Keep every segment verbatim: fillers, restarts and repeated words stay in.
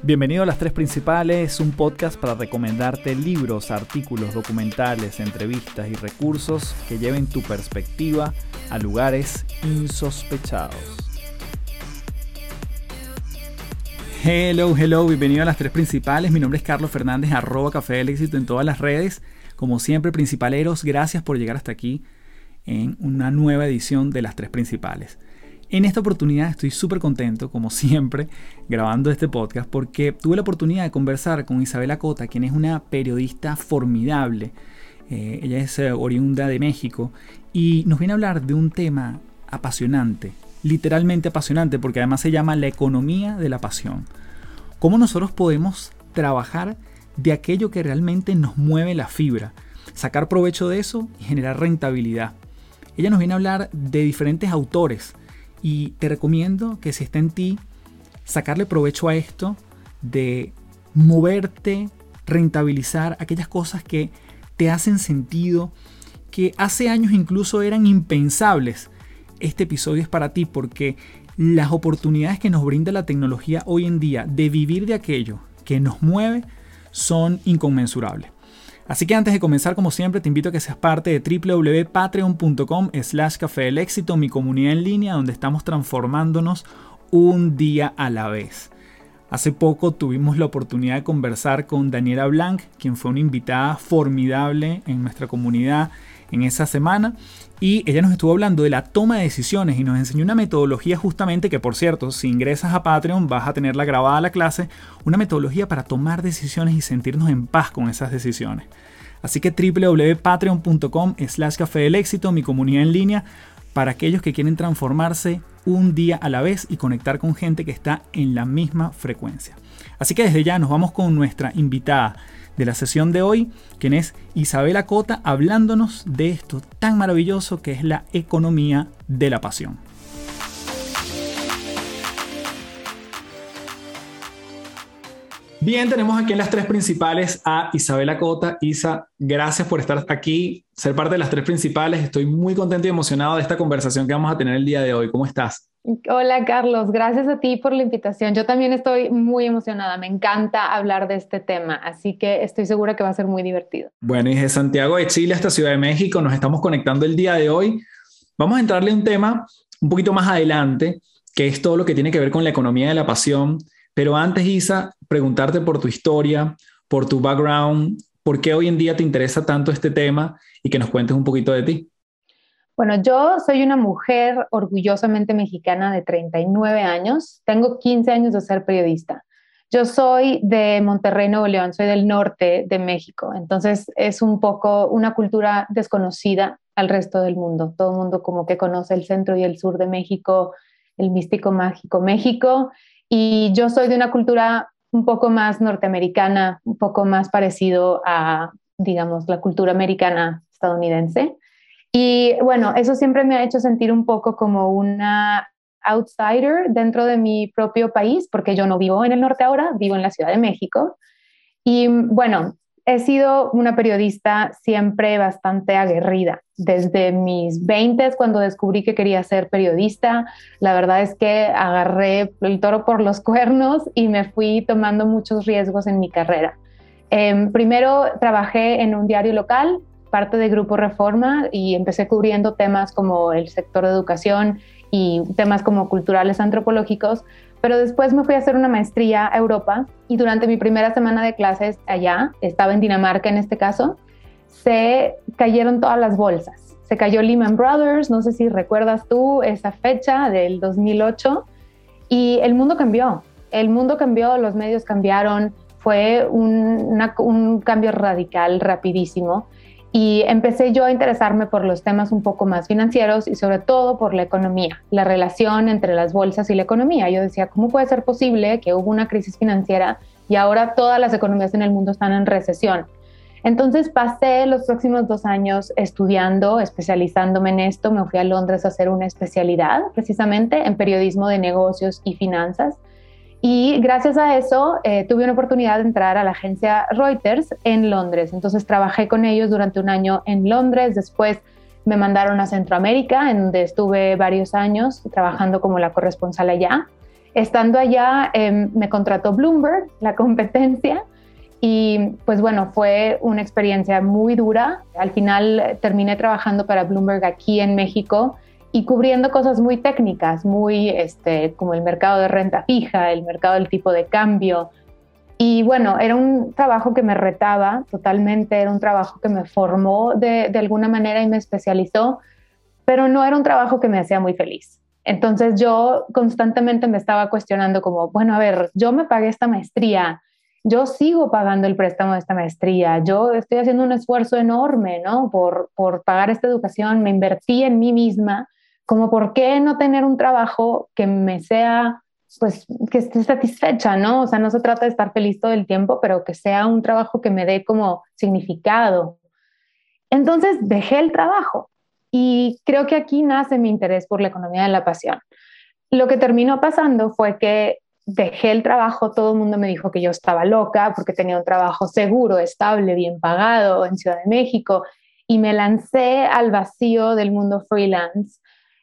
Bienvenido a Las Tres Principales, un podcast para recomendarte libros, artículos, documentales, entrevistas y recursos que lleven tu perspectiva a lugares insospechados. Hello, hello, bienvenido a Las Tres Principales. Mi nombre es Carlos Fernández, arroba Café del Éxito en todas las redes. Como siempre, principaleros, gracias por llegar hasta aquí en una nueva edición de Las Tres Principales. En esta oportunidad estoy súper contento, como siempre, grabando este podcast porque tuve la oportunidad de conversar con Isabela Cota, quien es una periodista formidable. Eh, ella es eh, oriunda de México y nos viene a hablar de un tema apasionante, literalmente apasionante, porque además se llama la economía de la pasión. Cómo nosotros podemos trabajar de aquello que realmente nos mueve la fibra, sacar provecho de eso y generar rentabilidad. Ella nos viene a hablar de diferentes autores. Y te recomiendo que si está en ti, sacarle provecho a esto de moverte, rentabilizar aquellas cosas que te hacen sentido, que hace años incluso eran impensables. Este episodio es para ti porque las oportunidades que nos brinda la tecnología hoy en día de vivir de aquello que nos mueve son inconmensurables. Así que antes de comenzar, como siempre, te invito a que seas parte de doble u doble u doble u punto patreon punto com slash café del éxito, mi comunidad en línea donde estamos transformándonos un día a la vez. Hace poco tuvimos la oportunidad de conversar con Daniela Blanc, quien fue una invitada formidable en nuestra comunidad en esa semana, y ella nos estuvo hablando de la toma de decisiones y nos enseñó una metodología justamente que, por cierto, si ingresas a Patreon vas a tenerla grabada la clase, una metodología para tomar decisiones y sentirnos en paz con esas decisiones. Así que doble u doble u doble u punto patreon punto com slash café del éxito, mi comunidad en línea, para aquellos que quieren transformarse un día a la vez y conectar con gente que está en la misma frecuencia. Así que desde ya nos vamos con nuestra invitada de la sesión de hoy, quien es Isabela Cota, hablándonos de esto tan maravilloso que es la economía de la pasión. Bien, tenemos aquí en Las Tres Principales a Isabela Cota. Isa, gracias por estar aquí, ser parte de Las Tres Principales. Estoy muy contento y emocionado de esta conversación que vamos a tener el día de hoy. ¿Cómo estás? Hola Carlos, gracias a ti por la invitación. Yo también estoy muy emocionada, me encanta hablar de este tema, así que estoy segura que va a ser muy divertido. Bueno, y desde Santiago de Chile hasta Ciudad de México nos estamos conectando el día de hoy. Vamos a entrarle a un tema un poquito más adelante, que es todo lo que tiene que ver con la economía de la pasión. Pero antes, Isa, preguntarte por tu historia, por tu background, por qué hoy en día te interesa tanto este tema y que nos cuentes un poquito de ti. Bueno, yo soy una mujer orgullosamente mexicana de treinta y nueve años. Tengo quince años de ser periodista. Yo soy de Monterrey, Nuevo León, soy del norte de México. Entonces es un poco una cultura desconocida al resto del mundo. Todo el mundo como que conoce el centro y el sur de México, el místico mágico México. Y yo soy de una cultura un poco más norteamericana, un poco más parecido a, digamos, la cultura americana estadounidense. Y bueno, eso siempre me ha hecho sentir un poco como una outsider dentro de mi propio país, porque yo no vivo en el norte ahora, vivo en la Ciudad de México. Y bueno, he sido una periodista siempre bastante aguerrida. Desde mis veintes, cuando descubrí que quería ser periodista, la verdad es que agarré el toro por los cuernos y me fui tomando muchos riesgos en mi carrera. Eh, primero trabajé en un diario local, parte de Grupo Reforma, y empecé cubriendo temas como el sector de educación y temas como culturales antropológicos, pero después me fui a hacer una maestría a Europa y durante mi primera semana de clases allá, estaba en Dinamarca en este caso, se cayeron todas las bolsas. Se cayó Lehman Brothers, no sé si recuerdas tú esa fecha del dos mil ocho, y el mundo cambió. El mundo cambió, los medios cambiaron, fue un, una, un cambio radical, rapidísimo. Y empecé yo a interesarme por los temas un poco más financieros y sobre todo por la economía, la relación entre las bolsas y la economía. Yo decía, ¿cómo puede ser posible que hubo una crisis financiera y ahora todas las economías en el mundo están en recesión? Entonces pasé los próximos dos años estudiando, especializándome en esto. Me fui a Londres a hacer una especialidad precisamente en periodismo de negocios y finanzas. Y gracias a eso eh, tuve una oportunidad de entrar a la agencia Reuters en Londres. Entonces trabajé con ellos durante un año en Londres. Después me mandaron a Centroamérica, en donde estuve varios años trabajando como la corresponsal allá. Estando allá, eh, me contrató Bloomberg, la competencia, y pues bueno, fue una experiencia muy dura. Al final eh, terminé trabajando para Bloomberg aquí en México y cubriendo cosas muy técnicas, muy este, como el mercado de renta fija, el mercado del tipo de cambio. Y bueno, era un trabajo que me retaba totalmente, era un trabajo que me formó de, de alguna manera y me especializó, pero no era un trabajo que me hacía muy feliz. Entonces yo constantemente me estaba cuestionando como, bueno, a ver, yo me pagué esta maestría, yo sigo pagando el préstamo de esta maestría, yo estoy haciendo un esfuerzo enorme, ¿no? Por, por pagar esta educación, me invertí en mí misma, como por qué no tener un trabajo que me sea, pues, que esté satisfecha, ¿no? O sea, no se trata de estar feliz todo el tiempo, pero que sea un trabajo que me dé como significado. Entonces dejé el trabajo y creo que aquí nace mi interés por la economía de la pasión. Lo que terminó pasando fue que dejé el trabajo, todo el mundo me dijo que yo estaba loca porque tenía un trabajo seguro, estable, bien pagado en Ciudad de México y me lancé al vacío del mundo freelance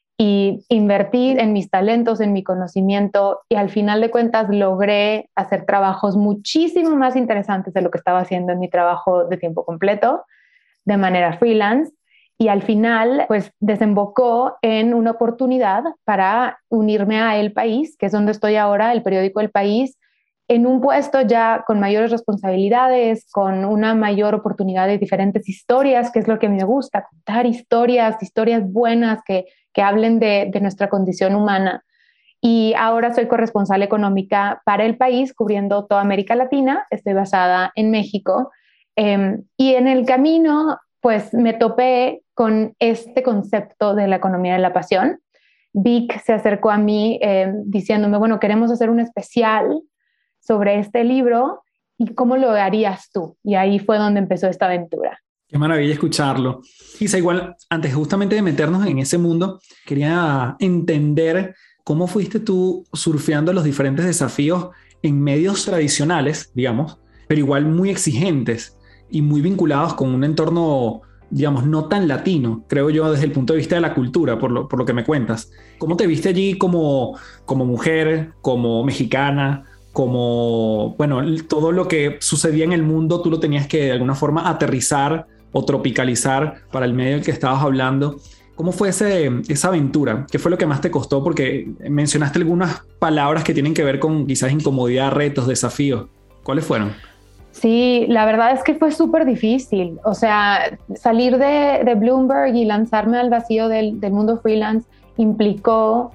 y invertí en mis talentos, en mi conocimiento y al final de cuentas logré hacer trabajos muchísimo más interesantes de lo que estaba haciendo en mi trabajo de tiempo completo de manera freelance y al final pues desembocó en una oportunidad para unirme a El País, que es donde estoy ahora, el periódico El País, en un puesto ya con mayores responsabilidades, con una mayor oportunidad de diferentes historias, que es lo que a mí me gusta, contar historias, historias buenas que, que hablen de, de nuestra condición humana. Y ahora soy corresponsal económica para El País, cubriendo toda América Latina. Estoy basada en México. Eh, y en el camino, pues me topé con este concepto de la economía de la pasión. Vic se acercó a mí eh, diciéndome, bueno, queremos hacer un especial sobre este libro y cómo lo harías tú. Y ahí fue donde empezó esta aventura. Qué maravilla escucharlo. Quizá igual, antes justamente de meternos en ese mundo, quería entender cómo fuiste tú surfeando los diferentes desafíos en medios tradicionales, digamos, pero igual muy exigentes y muy vinculados con un entorno, digamos, no tan latino, creo yo, desde el punto de vista de la cultura, por lo, por lo que me cuentas. ¿Cómo te viste allí como, como mujer, como mexicana, como, bueno, todo lo que sucedía en el mundo, tú lo tenías que de alguna forma aterrizar o tropicalizar para el medio del que estabas hablando? ¿Cómo fue ese, esa aventura? ¿Qué fue lo que más te costó? Porque mencionaste algunas palabras que tienen que ver con quizás incomodidad, retos, desafíos. ¿Cuáles fueron? Sí, la verdad es que fue súper difícil. O sea, salir de, de Bloomberg y lanzarme al vacío del, del mundo freelance implicó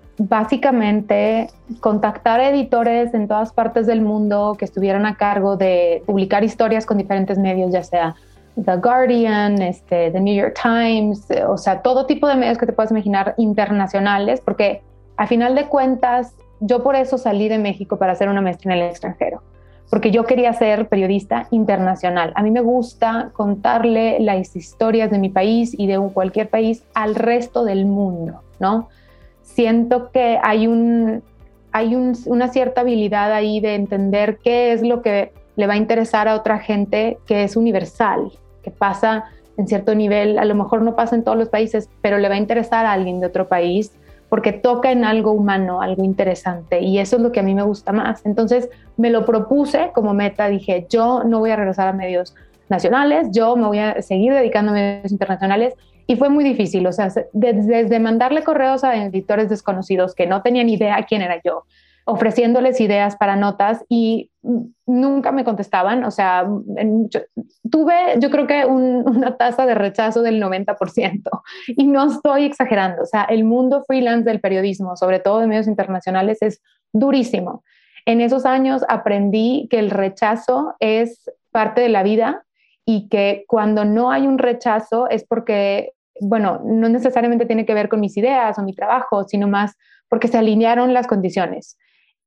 básicamente contactar a editores en todas partes del mundo que estuvieran a cargo de publicar historias con diferentes medios, ya sea The Guardian, este, The New York Times, o sea, todo tipo de medios que te puedas imaginar internacionales, porque a final de cuentas, yo por eso salí de México para hacer una maestría en el extranjero, porque yo quería ser periodista internacional. A mí me gusta contarle las historias de mi país y de cualquier país al resto del mundo, ¿no? Siento que hay, un, hay un, una cierta habilidad ahí de entender qué es lo que le va a interesar a otra gente, que es universal, que pasa en cierto nivel, a lo mejor no pasa en todos los países, pero le va a interesar a alguien de otro país porque toca en algo humano, algo interesante, y eso es lo que a mí me gusta más. Entonces me lo propuse como meta, dije, yo no voy a regresar a medios nacionales, yo me voy a seguir dedicando a medios internacionales, y fue muy difícil, o sea, desde, desde mandarle correos a editores desconocidos que no tenían idea quién era yo, ofreciéndoles ideas para notas y nunca me contestaban. O sea, en, yo, tuve yo creo que un, una tasa de rechazo del noventa por ciento y no estoy exagerando. O sea, el mundo freelance del periodismo, sobre todo de medios internacionales, es durísimo. En esos años aprendí que el rechazo es parte de la vida y que cuando no hay un rechazo es porque, bueno, no necesariamente tiene que ver con mis ideas o mi trabajo, sino más porque se alinearon las condiciones.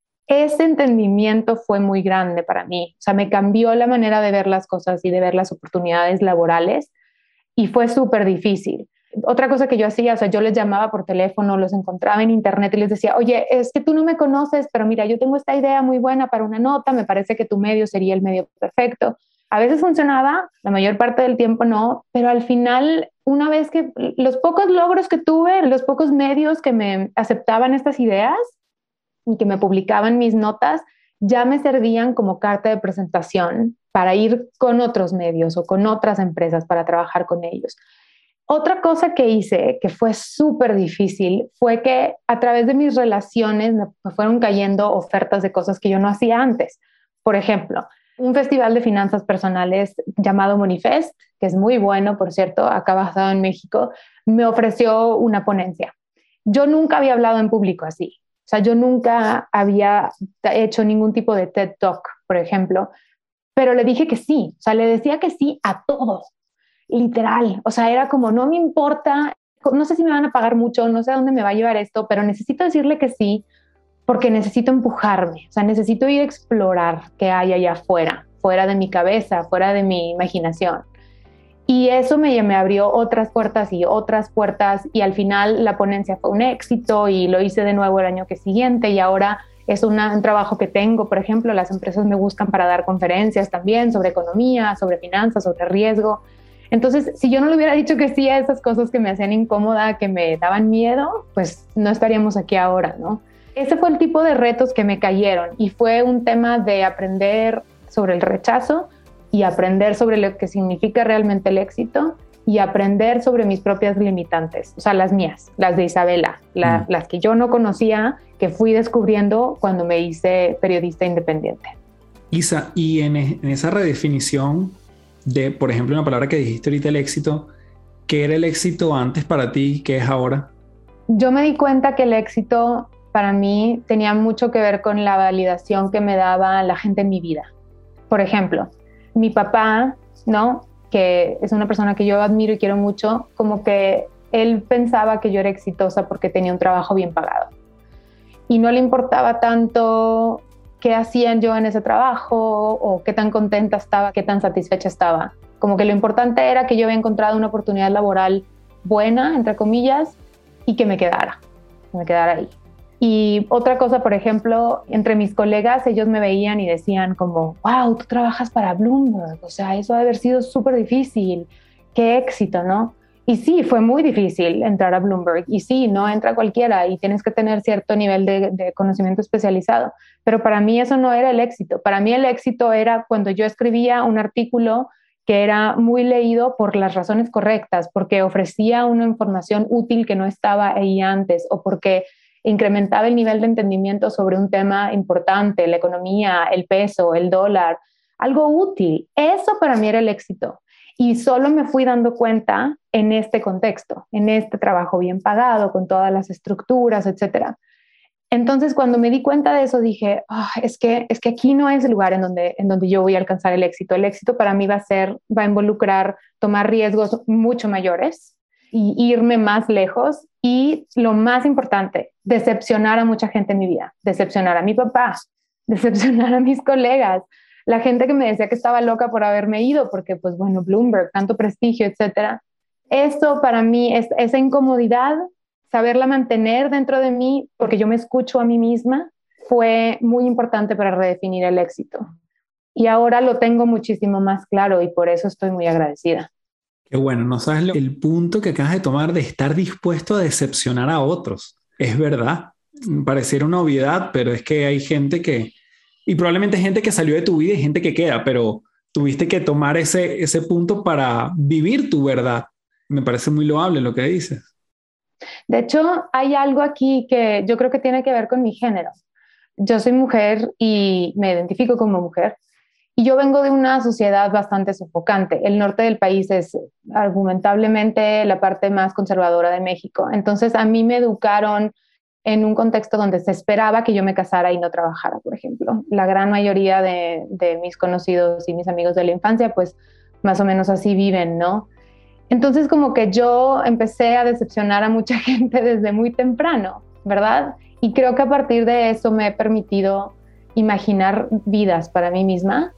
Ese entendimiento fue muy grande para mí. O sea, me cambió la manera de ver las cosas y de ver las oportunidades laborales y fue súper difícil. Otra cosa que yo hacía, o sea, yo les llamaba por teléfono, los encontraba en internet y les decía, oye, es que tú no me conoces, pero mira, yo tengo esta idea muy buena para una nota, me parece que tu medio sería el medio perfecto. A veces funcionaba, la mayor parte del tiempo no, pero al final, una vez que los pocos logros que tuve, los pocos medios que me aceptaban estas ideas, y que me publicaban mis notas, ya me servían como carta de presentación para ir con otros medios o con otras empresas para trabajar con ellos. Otra cosa que hice, que fue súper difícil, fue que a través de mis relaciones me, me fueron cayendo ofertas de cosas que yo no hacía antes. Por ejemplo, un festival de finanzas personales llamado Monifest, que es muy bueno, por cierto, acá basado en México, me ofreció una ponencia. Yo nunca había hablado en público así. O sea, yo nunca había hecho ningún tipo de TED Talk, por ejemplo, pero le dije que sí. O sea, le decía que sí a todo. Literal, o sea, era como, no me importa, no sé si me van a pagar mucho, no sé a dónde me va a llevar esto, pero necesito decirle que sí, porque necesito empujarme, o sea, necesito ir a explorar qué hay allá afuera, fuera de mi cabeza, fuera de mi imaginación. Y eso me, me abrió otras puertas y otras puertas, y al final la ponencia fue un éxito y lo hice de nuevo el año que siguiente, y ahora es una, un trabajo que tengo. Por ejemplo, las empresas me buscan para dar conferencias también sobre economía, sobre finanzas, sobre riesgo. Entonces, si yo no le hubiera dicho que sí a esas cosas que me hacían incómoda, que me daban miedo, pues no estaríamos aquí ahora, ¿no? Ese fue el tipo de retos que me cayeron, y fue un tema de aprender sobre el rechazo y aprender sobre lo que significa realmente el éxito y aprender sobre mis propias limitantes, o sea, las mías, las de Isabela, la, mm. las que yo no conocía, que fui descubriendo cuando me hice periodista independiente. Isa, y en, en esa redefinición de, por ejemplo, una palabra que dijiste ahorita, el éxito, ¿qué era el éxito antes para ti? ¿Qué es ahora? Yo me di cuenta que el éxito para mí tenía mucho que ver con la validación que me daba la gente en mi vida. Por ejemplo, mi papá, ¿no? Que es una persona que yo admiro y quiero mucho, como que él pensaba que yo era exitosa porque tenía un trabajo bien pagado. Y no le importaba tanto qué hacían yo en ese trabajo o qué tan contenta estaba, qué tan satisfecha estaba. Como que lo importante era que yo había encontrado una oportunidad laboral buena, entre comillas, y que me quedara, que me quedara ahí. Y otra cosa, por ejemplo, entre mis colegas, ellos me veían y decían como, wow, tú trabajas para Bloomberg, o sea, eso ha de haber sido súper difícil, qué éxito, ¿no? Y sí, fue muy difícil entrar a Bloomberg, y sí, no entra cualquiera y tienes que tener cierto nivel de, de conocimiento especializado, pero para mí eso no era el éxito. Para mí el éxito era cuando yo escribía un artículo que era muy leído por las razones correctas, porque ofrecía una información útil que no estaba ahí antes, o porque incrementaba el nivel de entendimiento sobre un tema importante, la economía, el peso, el dólar, algo útil. Eso para mí era el éxito. Y solo me fui dando cuenta en este contexto, en este trabajo bien pagado, con todas las estructuras, etcétera. Entonces, cuando me di cuenta de eso, dije, oh, es que, es que aquí no es el lugar en donde, en donde yo voy a alcanzar el éxito. El éxito para mí va a ser, va a involucrar tomar riesgos mucho mayores y irme más lejos. Y lo más importante, decepcionar a mucha gente en mi vida. Decepcionar a mi papá, decepcionar a mis colegas, la gente que me decía que estaba loca por haberme ido, porque pues bueno, Bloomberg, tanto prestigio, etcétera. Eso para mí, es, esa incomodidad, saberla mantener dentro de mí, porque yo me escucho a mí misma, fue muy importante para redefinir el éxito. Y ahora lo tengo muchísimo más claro y por eso estoy muy agradecida. Qué bueno, no sabes lo, el punto que acabas de tomar de estar dispuesto a decepcionar a otros. Es verdad, pareciera una obviedad, pero es que hay gente que, y probablemente gente que salió de tu vida y gente que queda, pero tuviste que tomar ese, ese punto para vivir tu verdad. Me parece muy loable lo que dices. De hecho, hay algo aquí que yo creo que tiene que ver con mi género. Yo soy mujer y me identifico como mujer. Y yo vengo de una sociedad bastante sofocante. El norte del país es argumentablemente la parte más conservadora de México. Entonces, a mí me educaron en un contexto donde se esperaba que yo me casara y no trabajara, por ejemplo. La gran mayoría de, de mis conocidos y mis amigos de la infancia, pues más o menos así viven, ¿no? Entonces, como que yo empecé a decepcionar a mucha gente desde muy temprano, ¿verdad? Y creo que a partir de eso me he permitido imaginar vidas para mí misma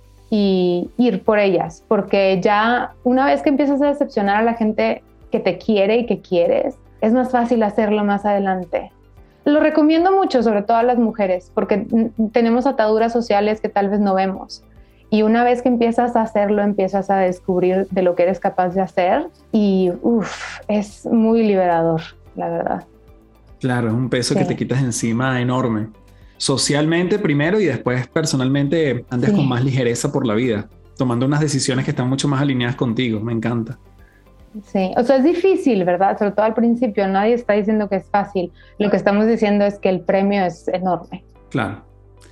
y ir por ellas, porque ya una vez que empiezas a decepcionar a la gente que te quiere y que quieres, es más fácil hacerlo más adelante. Lo recomiendo mucho, sobre todo a las mujeres, porque tenemos ataduras sociales que tal vez no vemos. Y una vez que empiezas a hacerlo, empiezas a descubrir de lo que eres capaz de hacer y uf, es muy liberador, la verdad. Claro, es un peso sí. que te quitas encima enorme. socialmente primero y después personalmente andes Sí. con más ligereza por la vida, tomando unas decisiones que están mucho más alineadas contigo. Me encanta. Sí, o sea, es difícil, ¿verdad? Sobre todo al principio, nadie está diciendo que es fácil. Lo que estamos diciendo es que el premio es enorme. Claro.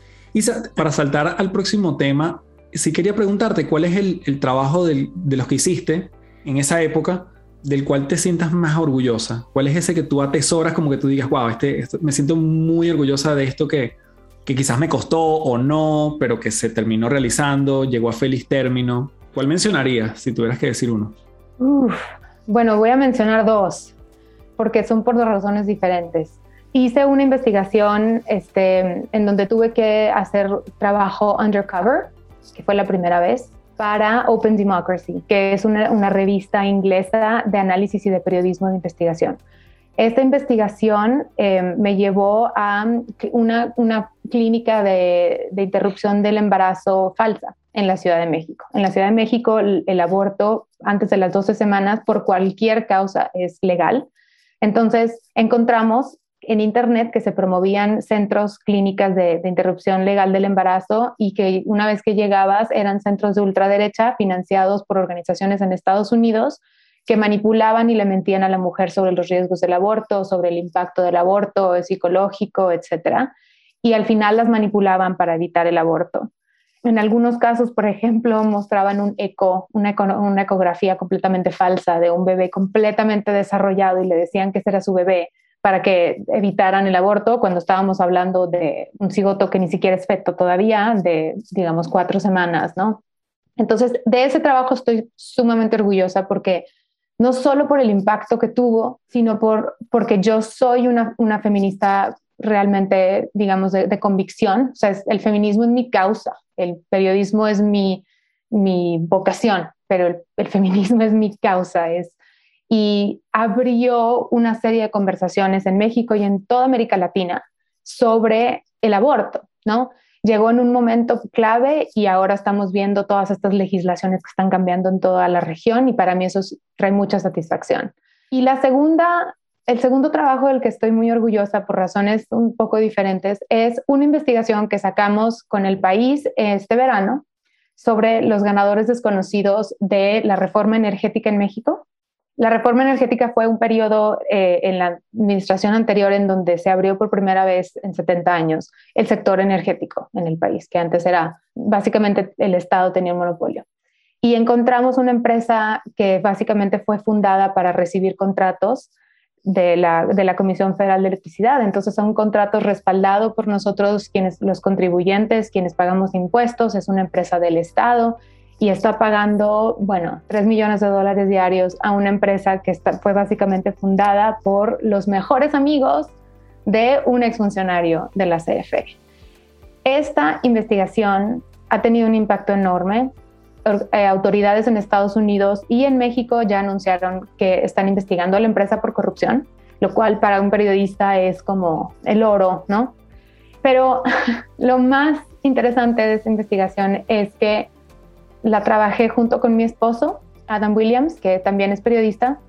Y para saltar al próximo tema, sí quería preguntarte cuál es el, el trabajo del, de los que hiciste en esa época del cual te sientas más orgullosa. ¿Cuál es ese que tú atesoras como que tú digas, wow, este, este, me siento muy orgullosa de esto que, que quizás me costó o no, pero que se terminó realizando, llegó a feliz término? ¿Cuál mencionarías si tuvieras que decir uno? Uf, bueno, voy a mencionar dos, porque son por dos razones diferentes. Hice una investigación este, en donde tuve que hacer trabajo undercover, que fue la primera vez, para Open Democracy, que es una, una revista inglesa de análisis y de periodismo de investigación. Esta investigación eh, me llevó a una, una clínica de, de interrupción del embarazo falsa en la Ciudad de México. En la Ciudad de México el, el aborto antes de las doce semanas por cualquier causa es legal. Entonces encontramos en internet que se promovían centros clínicas de, de interrupción legal del embarazo y que una vez que llegabas eran centros de ultraderecha financiados por organizaciones en Estados Unidos que manipulaban y le mentían a la mujer sobre los riesgos del aborto, sobre el impacto del aborto psicológico, etcétera. Y al final las manipulaban para evitar el aborto. En algunos casos, por ejemplo, mostraban un eco, una, eco, una ecografía completamente falsa de un bebé completamente desarrollado y le decían que ese era su bebé para que evitaran el aborto cuando estábamos hablando de un cigoto que ni siquiera es feto todavía, de, digamos, cuatro semanas, ¿no? Entonces, de ese trabajo estoy sumamente orgullosa porque no solo por el impacto que tuvo, sino por, porque yo soy una, una feminista realmente, digamos, de, de convicción. O sea, es, el feminismo es mi causa, el periodismo es mi, mi vocación, pero el, el feminismo es mi causa, es y abrió una serie de conversaciones en México y en toda América Latina sobre el aborto, ¿no? Llegó en un momento clave y ahora estamos viendo todas estas legislaciones que están cambiando en toda la región y para mí eso trae mucha satisfacción. Y la segunda, el segundo trabajo del que estoy muy orgullosa por razones un poco diferentes es una investigación que sacamos con El País este verano sobre los ganadores desconocidos de la reforma energética en México. La reforma energética fue un periodo eh, en la administración anterior en donde se abrió por primera vez en setenta años el sector energético en el país, que antes era básicamente el Estado tenía un monopolio. Y encontramos una empresa que básicamente fue fundada para recibir contratos de la, de la Comisión Federal de Electricidad. Entonces son contratos respaldados por nosotros, quienes, los contribuyentes, quienes pagamos impuestos, es una empresa del Estado y está pagando, bueno, tres millones de dólares diarios a una empresa que está, fue básicamente fundada por los mejores amigos de un exfuncionario de la C F E. Esta investigación ha tenido un impacto enorme. Autoridades en Estados Unidos y en México ya anunciaron que están investigando a la empresa por corrupción, lo cual para un periodista es como el oro, ¿no? Pero lo más interesante de esta investigación es que la trabajé junto con mi esposo, Adam Williams, que también es periodista,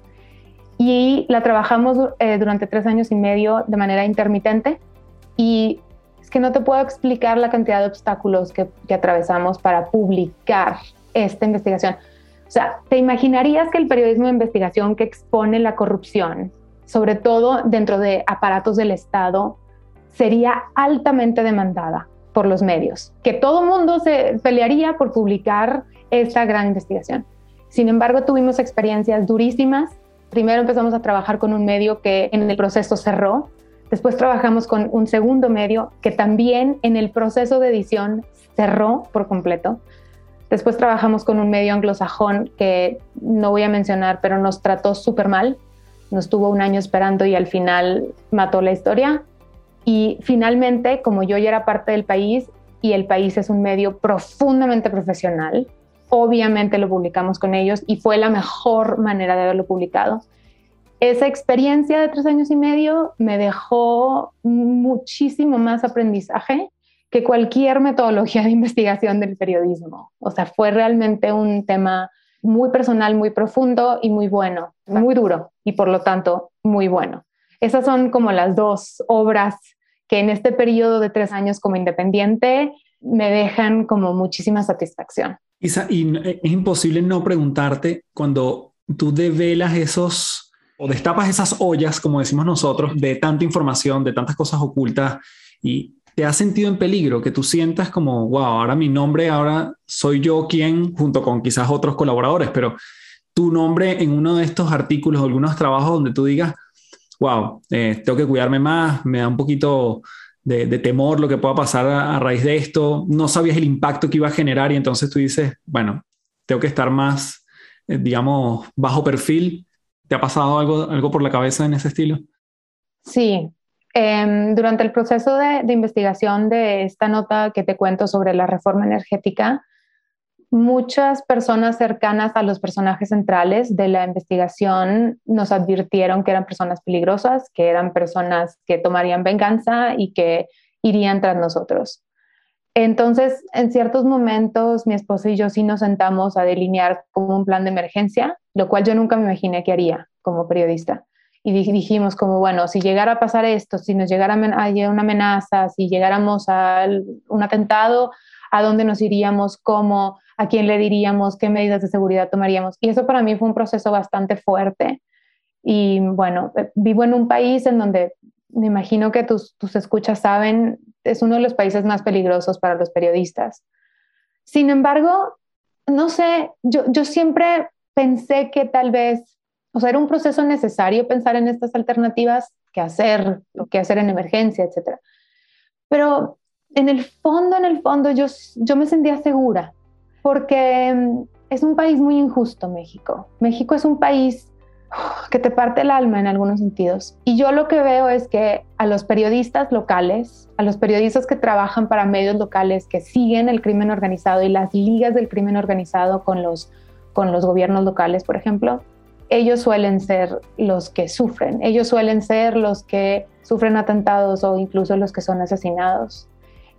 y la trabajamos eh, durante tres años y medio de manera intermitente y es que no te puedo explicar la cantidad de obstáculos que, que atravesamos para publicar esta investigación. O sea, ¿te imaginarías que el periodismo de investigación que expone la corrupción, sobre todo dentro de aparatos del Estado, sería altamente demandada por los medios? Que todo mundo se pelearía por publicar esta gran investigación. Sin embargo, tuvimos experiencias durísimas. Primero empezamos a trabajar con un medio que en el proceso cerró. Después trabajamos con un segundo medio que también en el proceso de edición cerró por completo. Después trabajamos con un medio anglosajón que no voy a mencionar, pero nos trató súper mal. Nos tuvo un año esperando y al final mató la historia. Y finalmente, como yo ya era parte del País y El País es un medio profundamente profesional, obviamente lo publicamos con ellos y fue la mejor manera de haberlo publicado. Esa experiencia de tres años y medio me dejó muchísimo más aprendizaje que cualquier metodología de investigación del periodismo. O sea, fue realmente un tema muy personal, muy profundo y muy bueno, muy duro y por lo tanto muy bueno. Esas son como las dos obras que en este periodo de tres años como independiente me dejan como muchísima satisfacción. Isa, y es imposible no preguntarte cuando tú develas esos o destapas esas ollas, como decimos nosotros, de tanta información, de tantas cosas ocultas, y te has sentido en peligro, que tú sientas como, wow, ahora mi nombre, ahora soy yo quien, junto con quizás otros colaboradores, pero tu nombre en uno de estos artículos o algunos trabajos donde tú digas, wow, eh, tengo que cuidarme más, me da un poquito de, de temor lo que pueda pasar a, a raíz de esto, no sabías el impacto que iba a generar y entonces tú dices, bueno, tengo que estar más, eh, digamos, bajo perfil. ¿Te ha pasado algo, algo por la cabeza en ese estilo? Sí, eh, durante el proceso de, de investigación de esta nota que te cuento sobre la reforma energética, muchas personas cercanas a los personajes centrales de la investigación nos advirtieron que eran personas peligrosas, que eran personas que tomarían venganza y que irían tras nosotros. Entonces, en ciertos momentos, mi esposo y yo sí nos sentamos a delinear como un plan de emergencia, lo cual yo nunca me imaginé que haría como periodista. Y dijimos como, bueno, si llegara a pasar esto, si nos llegara a una amenaza, si llegáramos a un atentado, ¿a dónde nos iríamos? ¿Cómo? ¿A quién le diríamos? ¿Qué medidas de seguridad tomaríamos? Y eso para mí fue un proceso bastante fuerte. Y bueno, vivo en un país en donde me imagino que tus, tus escuchas saben, es uno de los países más peligrosos para los periodistas. Sin embargo, no sé, yo, yo siempre pensé que tal vez, o sea, era un proceso necesario pensar en estas alternativas, qué hacer, qué hacer en emergencia, etcétera. Pero en el fondo, en el fondo, yo, yo me sentía segura, porque es un país muy injusto, México. México es un país que te parte el alma en algunos sentidos. Y yo lo que veo es que a los periodistas locales, a los periodistas que trabajan para medios locales, que siguen el crimen organizado y las ligas del crimen organizado con los, con los gobiernos locales, por ejemplo, ellos suelen ser los que sufren. Ellos suelen ser los que sufren atentados o incluso los que son asesinados.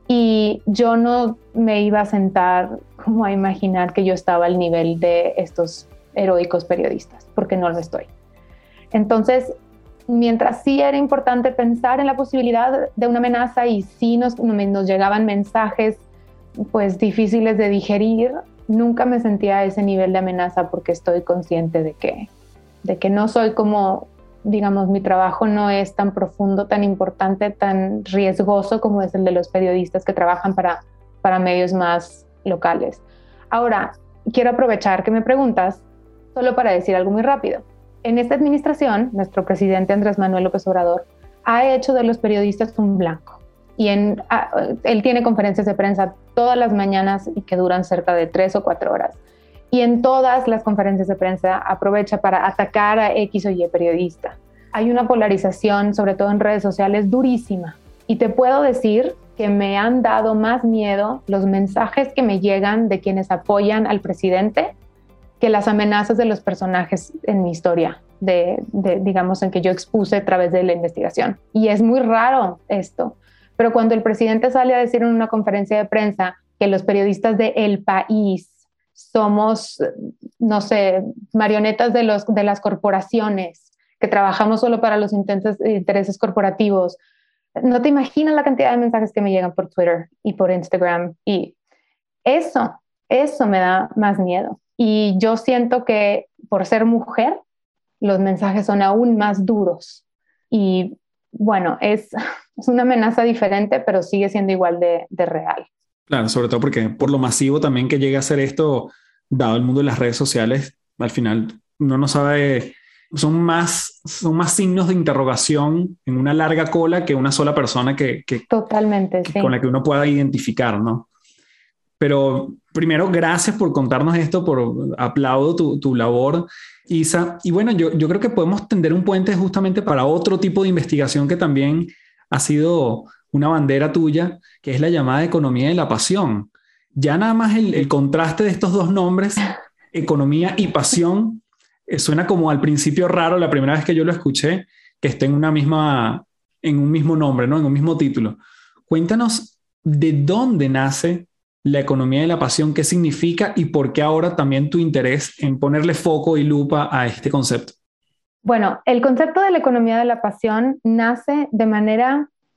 Y yo no me iba a sentar como a imaginar que yo estaba al nivel de estos heroicos periodistas, porque no lo estoy. Entonces, mientras sí era importante pensar en la posibilidad de una amenaza y sí nos, nos llegaban mensajes pues difíciles de digerir, nunca me sentía a ese nivel de amenaza porque estoy consciente de que, de que no soy como, digamos, mi trabajo no es tan profundo, tan importante, tan riesgoso como es el de los periodistas que trabajan para, para medios más locales. Ahora, quiero aprovechar que me preguntas solo para decir algo muy rápido. En esta administración, nuestro presidente Andrés Manuel López Obrador ha hecho de los periodistas un blanco. Y en, a, él tiene conferencias de prensa todas las mañanas y que duran cerca de tres o cuatro horas. Y en todas las conferencias de prensa aprovecha para atacar a X o Y periodista. Hay una polarización, sobre todo en redes sociales, durísima. Y te puedo decir que me han dado más miedo los mensajes que me llegan de quienes apoyan al presidente que las amenazas de los personajes en mi historia, de, de, digamos, en que yo expuse a través de la investigación. Y es muy raro esto. Pero cuando el presidente sale a decir en una conferencia de prensa que los periodistas de El País somos, no sé, marionetas de, los, de las corporaciones, que trabajamos solo para los intentos, intereses corporativos, no te imaginas la cantidad de mensajes que me llegan por Twitter y por Instagram. Y eso, eso me da más miedo. Y yo siento que por ser mujer, los mensajes son aún más duros. Y bueno, es, es una amenaza diferente, pero sigue siendo igual de, de real. Claro, sobre todo porque por lo masivo también que llega a ser esto, dado el mundo de las redes sociales, al final uno no sabe, son más, son más signos de interrogación en una larga cola que una sola persona que, que, Totalmente, que sí. con la que uno pueda identificar, ¿no? Pero primero, gracias por contarnos esto, por aplaudo tu, tu labor, Isa. Y bueno, yo, yo creo que podemos tender un puente justamente para otro tipo de investigación que también ha sido una bandera tuya, que es la llamada economía de la pasión. Ya nada más el, el contraste de estos dos nombres, economía y pasión, eh, suena como al principio raro la primera vez que yo lo escuché, que esté en una misma, en un mismo nombre, ¿no? En un mismo título. Cuéntanos de dónde nace la economía de la pasión, qué significa y por qué ahora también tu interés en ponerle foco y lupa a este concepto. Bueno, el concepto de la economía de la pasión nace de manera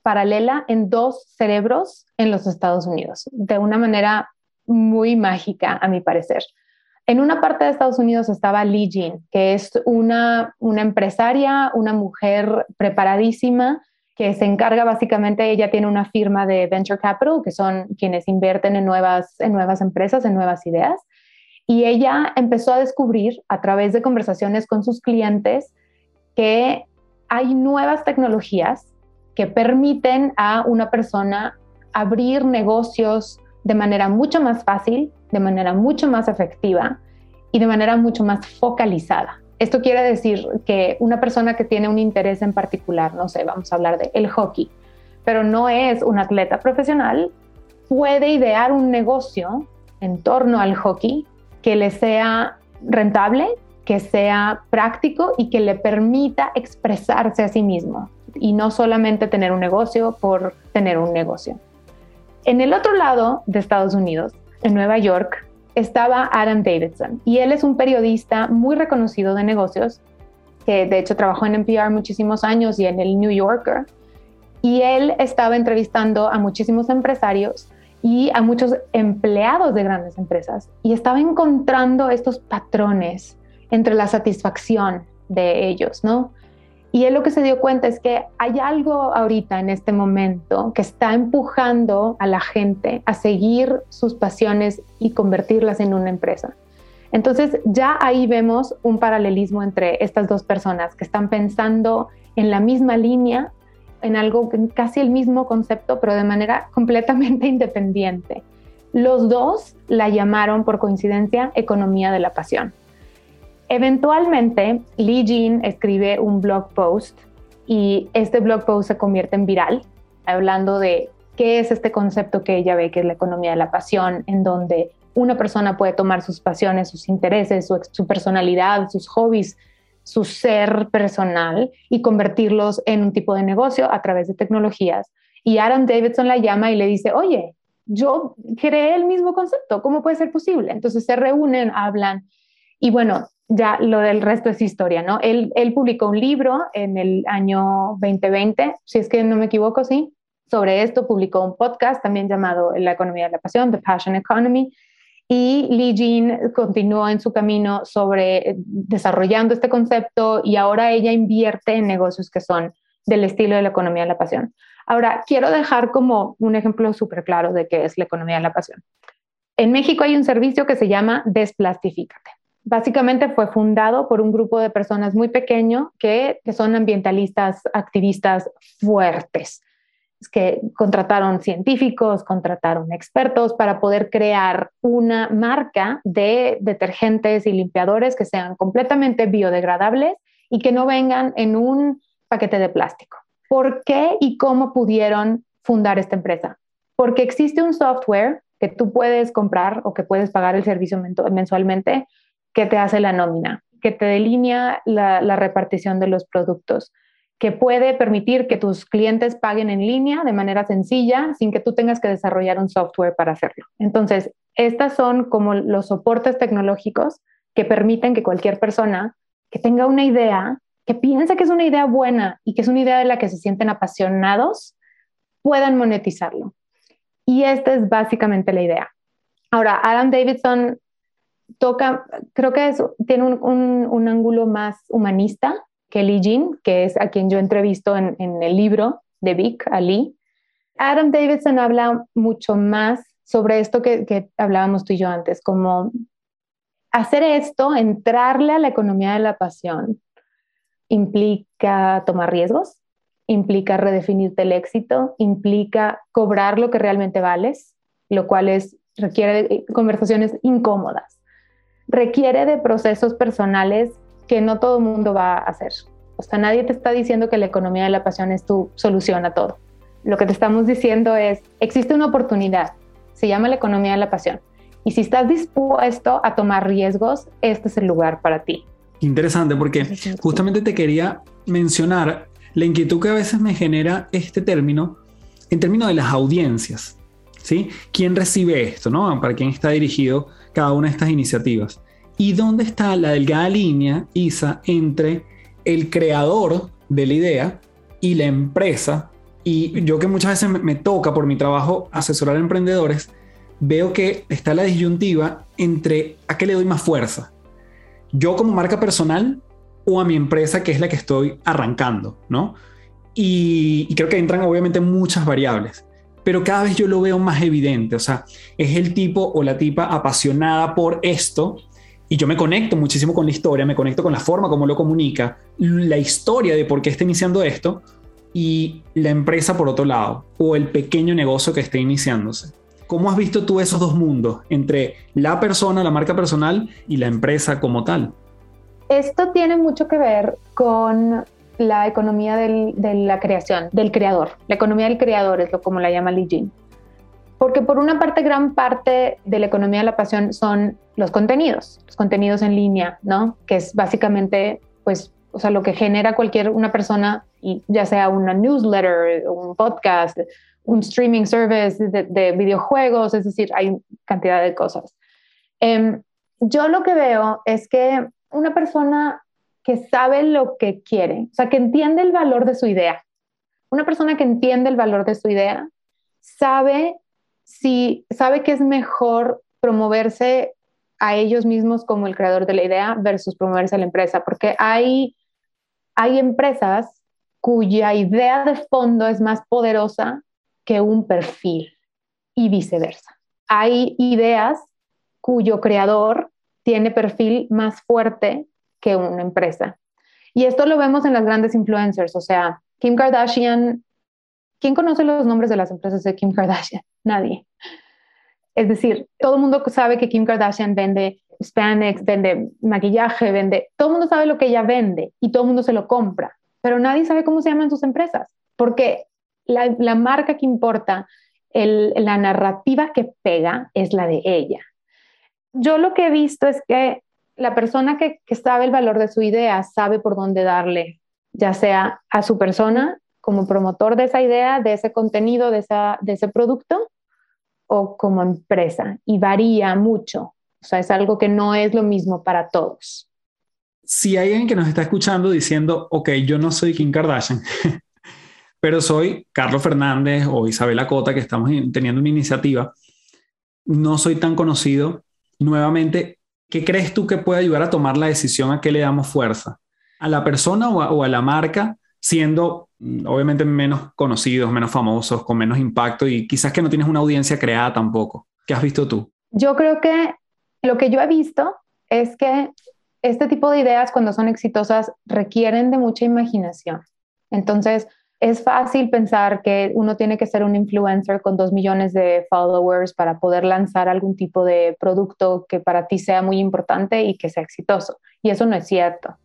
paralela en dos cerebros en los Estados Unidos, de una manera muy mágica, a mi parecer. En una parte de Estados Unidos estaba Lee Jean, que es una, una empresaria, una mujer preparadísima, que se encarga básicamente, ella tiene una firma de venture capital, que son quienes invierten en nuevas, en nuevas empresas, en nuevas ideas. Y ella empezó a descubrir a través de conversaciones con sus clientes que hay nuevas tecnologías que permiten a una persona abrir negocios de manera mucho más fácil, de manera mucho más efectiva y de manera mucho más focalizada. Esto quiere decir que una persona que tiene un interés en particular, no sé, vamos a hablar de el hockey, pero no es un atleta profesional, puede idear un negocio en torno al hockey que le sea rentable, que sea práctico y que le permita expresarse a sí mismo y no solamente tener un negocio por tener un negocio. En el otro lado de Estados Unidos, en Nueva York, estaba Adam Davidson y él es un periodista muy reconocido de negocios que de hecho trabajó en N P R muchísimos años y en el New Yorker, y él estaba entrevistando a muchísimos empresarios y a muchos empleados de grandes empresas y estaba encontrando estos patrones entre la satisfacción de ellos, ¿no? Y él lo que se dio cuenta es que hay algo ahorita en este momento que está empujando a la gente a seguir sus pasiones y convertirlas en una empresa. Entonces ya ahí vemos un paralelismo entre estas dos personas que están pensando en la misma línea, en algo casi el mismo concepto, pero de manera completamente independiente. Los dos la llamaron por coincidencia economía de la pasión. Eventualmente, Lee Jean escribe un blog post y este blog post se convierte en viral, hablando de qué es este concepto que ella ve que es la economía de la pasión, en donde una persona puede tomar sus pasiones, sus intereses, su, su personalidad, sus hobbies, su ser personal y convertirlos en un tipo de negocio a través de tecnologías. Y Adam Davidson la llama y le dice, oye, yo creé el mismo concepto, ¿cómo puede ser posible? Entonces se reúnen, hablan y bueno, ya lo del resto es historia, ¿no? Él, él publicó un libro en el año veinte veinte, si es que no me equivoco, sí, sobre esto. Publicó un podcast también llamado La economía de la pasión, The Passion Economy, y Lee Jean continuó en su camino sobre desarrollando este concepto y ahora ella invierte en negocios que son del estilo de la economía de la pasión. Ahora, quiero dejar como un ejemplo súper claro de qué es la economía de la pasión. En México hay un servicio que se llama Desplastifícate. Básicamente fue fundado por un grupo de personas muy pequeño que, que son ambientalistas, activistas fuertes, que contrataron científicos, contrataron expertos para poder crear una marca de detergentes y limpiadores que sean completamente biodegradables y que no vengan en un paquete de plástico. ¿Por qué y cómo pudieron fundar esta empresa? Porque existe un software que tú puedes comprar o que puedes pagar el servicio mensualmente que te hace la nómina, que te delinea la, la repartición de los productos, que puede permitir que tus clientes paguen en línea de manera sencilla sin que tú tengas que desarrollar un software para hacerlo. Entonces, estas son como los soportes tecnológicos que permiten que cualquier persona que tenga una idea, que piense que es una idea buena y que es una idea de la que se sienten apasionados, puedan monetizarlo. Y esta es básicamente la idea. Ahora, Adam Davidson toca, creo que es, tiene un, un, un ángulo más humanista que Lee Jean, que es a quien yo entrevisto en, en el libro de Vic, a Lee. Adam Davidson habla mucho más sobre esto que, que hablábamos tú y yo antes, como hacer esto, entrarle a la economía de la pasión, implica tomar riesgos, implica redefinirte el éxito, implica cobrar lo que realmente vales, lo cual es, requiere de conversaciones incómodas, requiere de procesos personales que no todo el mundo va a hacer. O sea, nadie te está diciendo que la economía de la pasión es tu solución a todo. Lo que te estamos diciendo es, existe una oportunidad, se llama la economía de la pasión. Y si estás dispuesto a tomar riesgos, este es el lugar para ti. Interesante, porque justamente te quería mencionar la inquietud que a veces me genera este término en términos de las audiencias, ¿sí? ¿Quién recibe esto, no? ¿Para quién está dirigido cada una de estas iniciativas? ¿Y dónde está la delgada línea, Isa, entre el creador de la idea y la empresa Y yo que muchas veces me, me toca por mi trabajo asesorar a emprendedores, veo que está la disyuntiva entre a qué le doy más fuerza. Yo como marca personal o a mi empresa que es la que estoy arrancando, ¿no? Y, y creo que entran obviamente muchas variables, pero cada vez yo lo veo más evidente. O sea, es el tipo o la tipa apasionada por esto y yo me conecto muchísimo con la historia, me conecto con la forma como lo comunica, la historia de por qué está iniciando esto y la empresa por otro lado o el pequeño negocio que esté iniciándose. ¿Cómo has visto tú esos dos mundos entre la persona, la marca personal y la empresa como tal? Esto tiene mucho que ver con la economía del, de la creación, del creador. La economía del creador es lo como la llama Li Jin. Porque por una parte, gran parte de la economía de la pasión son los contenidos, los contenidos en línea, ¿no? Que es básicamente, pues, o sea, lo que genera cualquier una persona, y ya sea una newsletter, un podcast, un streaming service de, de videojuegos, es decir, hay cantidad de cosas. Eh, yo lo que veo es que una persona que sabe lo que quiere, o sea, que entiende el valor de su idea. Una persona que entiende el valor de su idea sabe si sabe que es mejor promoverse a ellos mismos como el creador de la idea versus promoverse a la empresa, porque hay, hay empresas cuya idea de fondo es más poderosa que un perfil y viceversa. Hay ideas cuyo creador tiene perfil más fuerte que una empresa. Y esto lo vemos en las grandes influencers, o sea, Kim Kardashian. ¿Quién conoce los nombres de las empresas de Kim Kardashian? Nadie. Es decir, todo el mundo sabe que Kim Kardashian vende spandex, vende maquillaje, vende... Todo el mundo sabe lo que ella vende y todo el mundo se lo compra, pero nadie sabe cómo se llaman sus empresas, porque la, la marca que importa, el, la narrativa que pega es la de ella. Yo lo que he visto es que la persona que, que sabe el valor de su idea sabe por dónde darle, ya sea a su persona como promotor de esa idea, de ese contenido, de, esa, de ese producto, o como empresa, y varía mucho. O sea, es algo que no es lo mismo para todos. Si hay alguien que nos está escuchando diciendo, ok, yo no soy Kim Kardashian, pero soy Carlos Fernández o Isabela Cota, que estamos teniendo una iniciativa, no soy tan conocido, nuevamente, ¿qué crees tú que puede ayudar a tomar la decisión a qué le damos fuerza? ¿A la persona o a, o a la marca? Siendo obviamente menos conocidos, menos famosos, con menos impacto y quizás que no tienes una audiencia creada tampoco. ¿Qué has visto tú? Yo creo que lo que yo he visto es que este tipo de ideas, cuando son exitosas, requieren de mucha imaginación. Entonces, es fácil pensar que uno tiene que ser un influencer con dos millones de followers para poder lanzar algún tipo de producto que para ti sea muy importante y que sea exitoso. Y eso no es cierto.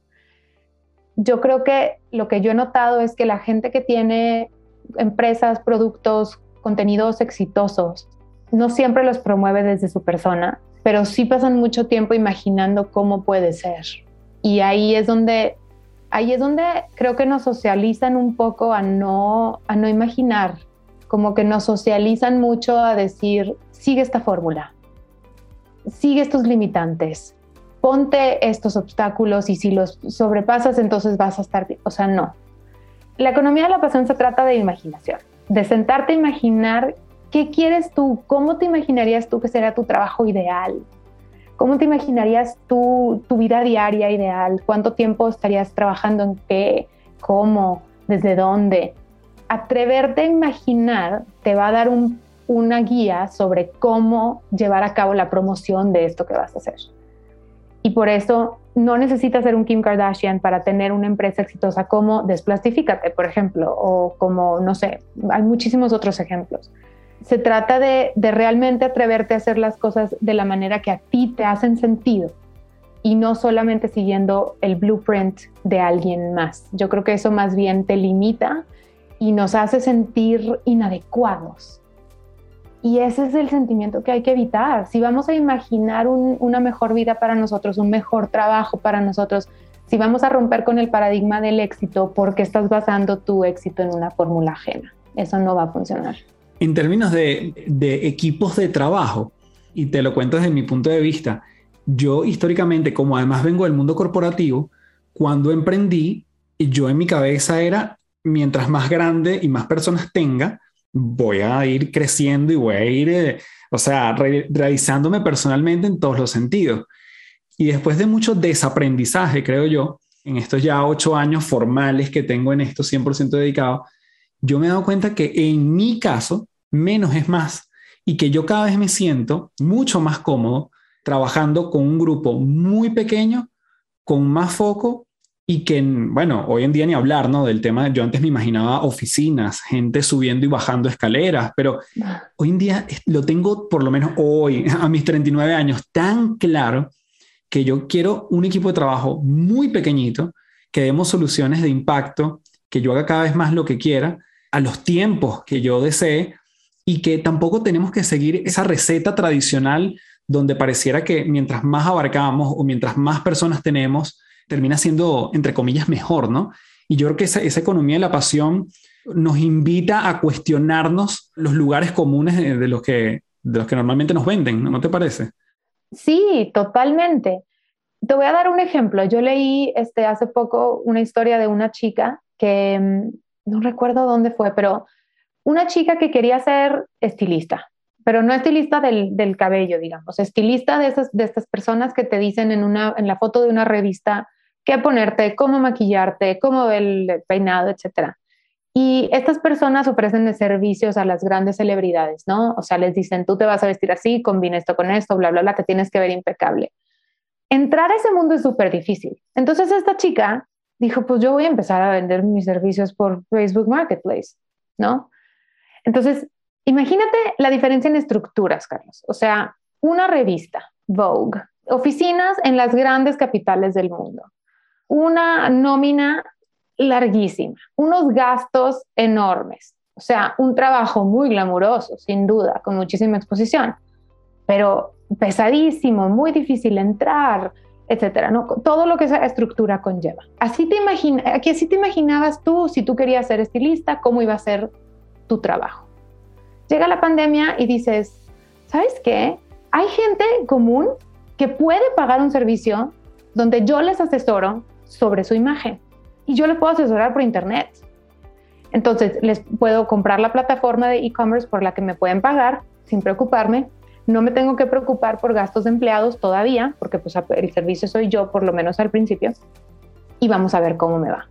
Yo creo que lo que yo he notado es que la gente que tiene empresas, productos, contenidos exitosos, no siempre los promueve desde su persona, pero sí pasan mucho tiempo imaginando cómo puede ser. Y ahí es donde, ahí es donde creo que nos socializan un poco a no, a no imaginar, como que nos socializan mucho a decir, sigue esta fórmula, sigue estos limitantes, ponte estos obstáculos y si los sobrepasas entonces vas a estar bien. O sea, no. La economía de la pasión se trata de imaginación, de sentarte a imaginar qué quieres tú, cómo te imaginarías tú que sería tu trabajo ideal, cómo te imaginarías tú tu vida diaria ideal, cuánto tiempo estarías trabajando en qué, cómo, desde dónde. Atreverte a imaginar te va a dar un, una guía sobre cómo llevar a cabo la promoción de esto que vas a hacer. Y por eso no necesitas ser un Kim Kardashian para tener una empresa exitosa como Desplastifícate, por ejemplo, o como, no sé, hay muchísimos otros ejemplos. Se trata de, de realmente atreverte a hacer las cosas de la manera que a ti te hacen sentido y no solamente siguiendo el blueprint de alguien más. Yo creo que eso más bien te limita y nos hace sentir inadecuados. Y ese es el sentimiento que hay que evitar. Si vamos a imaginar un, una mejor vida para nosotros, un mejor trabajo para nosotros, si vamos a romper con el paradigma del éxito, ¿por qué estás basando tu éxito en una fórmula ajena? Eso no va a funcionar. En términos de, de equipos de trabajo, y te lo cuento desde mi punto de vista, yo históricamente, como además vengo del mundo corporativo, cuando emprendí, yo en mi cabeza era mientras más grande y más personas tenga, voy a ir creciendo y voy a ir, eh, o sea, re realizándome personalmente en todos los sentidos. Y después de mucho desaprendizaje, creo yo, en estos ya ocho años formales que tengo en esto cien por ciento dedicado, yo me he dado cuenta que en mi caso, menos es más y que yo cada vez me siento mucho más cómodo trabajando con un grupo muy pequeño, con más foco y que, bueno, hoy en día ni hablar, ¿no? Del tema, yo antes me imaginaba oficinas, gente subiendo y bajando escaleras, pero hoy en día lo tengo, por lo menos hoy, a mis treinta y nueve años, tan claro que yo quiero un equipo de trabajo muy pequeñito, que demos soluciones de impacto, que yo haga cada vez más lo que quiera, a los tiempos que yo desee, y que tampoco tenemos que seguir esa receta tradicional donde pareciera que mientras más abarcamos o mientras más personas tenemos, termina siendo, entre comillas, mejor, ¿no? Y yo creo que esa, esa economía de la pasión nos invita a cuestionarnos los lugares comunes de, de, los, que, de los que normalmente nos venden, ¿no? ¿No te parece? Sí, totalmente. Te voy a dar un ejemplo. Yo leí este, hace poco una historia de una chica que mm, no recuerdo dónde fue, pero una chica que quería ser estilista, pero no estilista del, del cabello, digamos, estilista de, esas, de estas personas que te dicen en, una, en la foto de una revista qué ponerte, cómo maquillarte, cómo el peinado, etcétera. Y estas personas ofrecen servicios a las grandes celebridades, ¿no? O sea, les dicen, tú te vas a vestir así, combina esto con esto, bla, bla, bla, te tienes que ver impecable. Entrar a ese mundo es súper difícil. Entonces esta chica dijo, pues yo voy a empezar a vender mis servicios por Facebook Marketplace, ¿no? Entonces, imagínate la diferencia en estructuras, Carlos. O sea, una revista, Vogue, oficinas en las grandes capitales del mundo, una nómina larguísima, unos gastos enormes, o sea, un trabajo muy glamuroso, sin duda, con muchísima exposición, pero pesadísimo, muy difícil entrar, etcétera, ¿no? Todo lo que esa estructura conlleva. Así te imagina, aquí así te imaginabas tú, si tú querías ser estilista, cómo iba a ser tu trabajo. Llega la pandemia y dices, ¿sabes qué? Hay gente común que puede pagar un servicio donde yo les asesoro sobre su imagen y yo les puedo asesorar por internet. Entonces, les puedo comprar la plataforma de e-commerce por la que me pueden pagar sin preocuparme. No me tengo que preocupar por gastos de empleados todavía, porque pues, el servicio soy yo, por lo menos al principio, y vamos a ver cómo me va.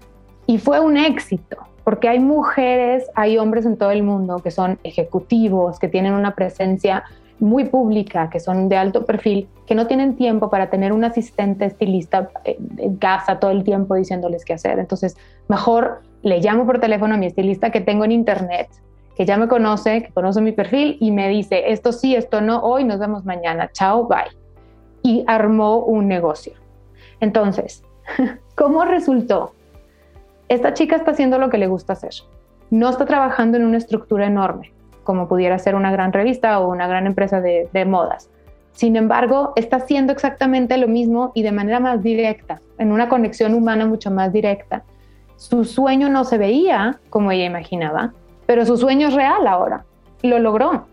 Y fue un éxito, porque hay mujeres, hay hombres en todo el mundo que son ejecutivos, que tienen una presencia muy pública, que son de alto perfil, que no tienen tiempo para tener un asistente estilista en casa todo el tiempo diciéndoles qué hacer. Entonces, mejor le llamo por teléfono a mi estilista que tengo en internet, que ya me conoce, que conoce mi perfil y me dice esto sí, esto no, hoy nos vemos mañana, chao, bye. Y armó un negocio. Entonces, ¿cómo resultó? Esta chica está haciendo lo que le gusta hacer. No está trabajando en una estructura enorme, como pudiera ser una gran revista o una gran empresa de, de modas. Sin embargo, está haciendo exactamente lo mismo y de manera más directa, en una conexión humana mucho más directa. Su sueño no se veía como ella imaginaba, pero su sueño es real ahora. Lo logró.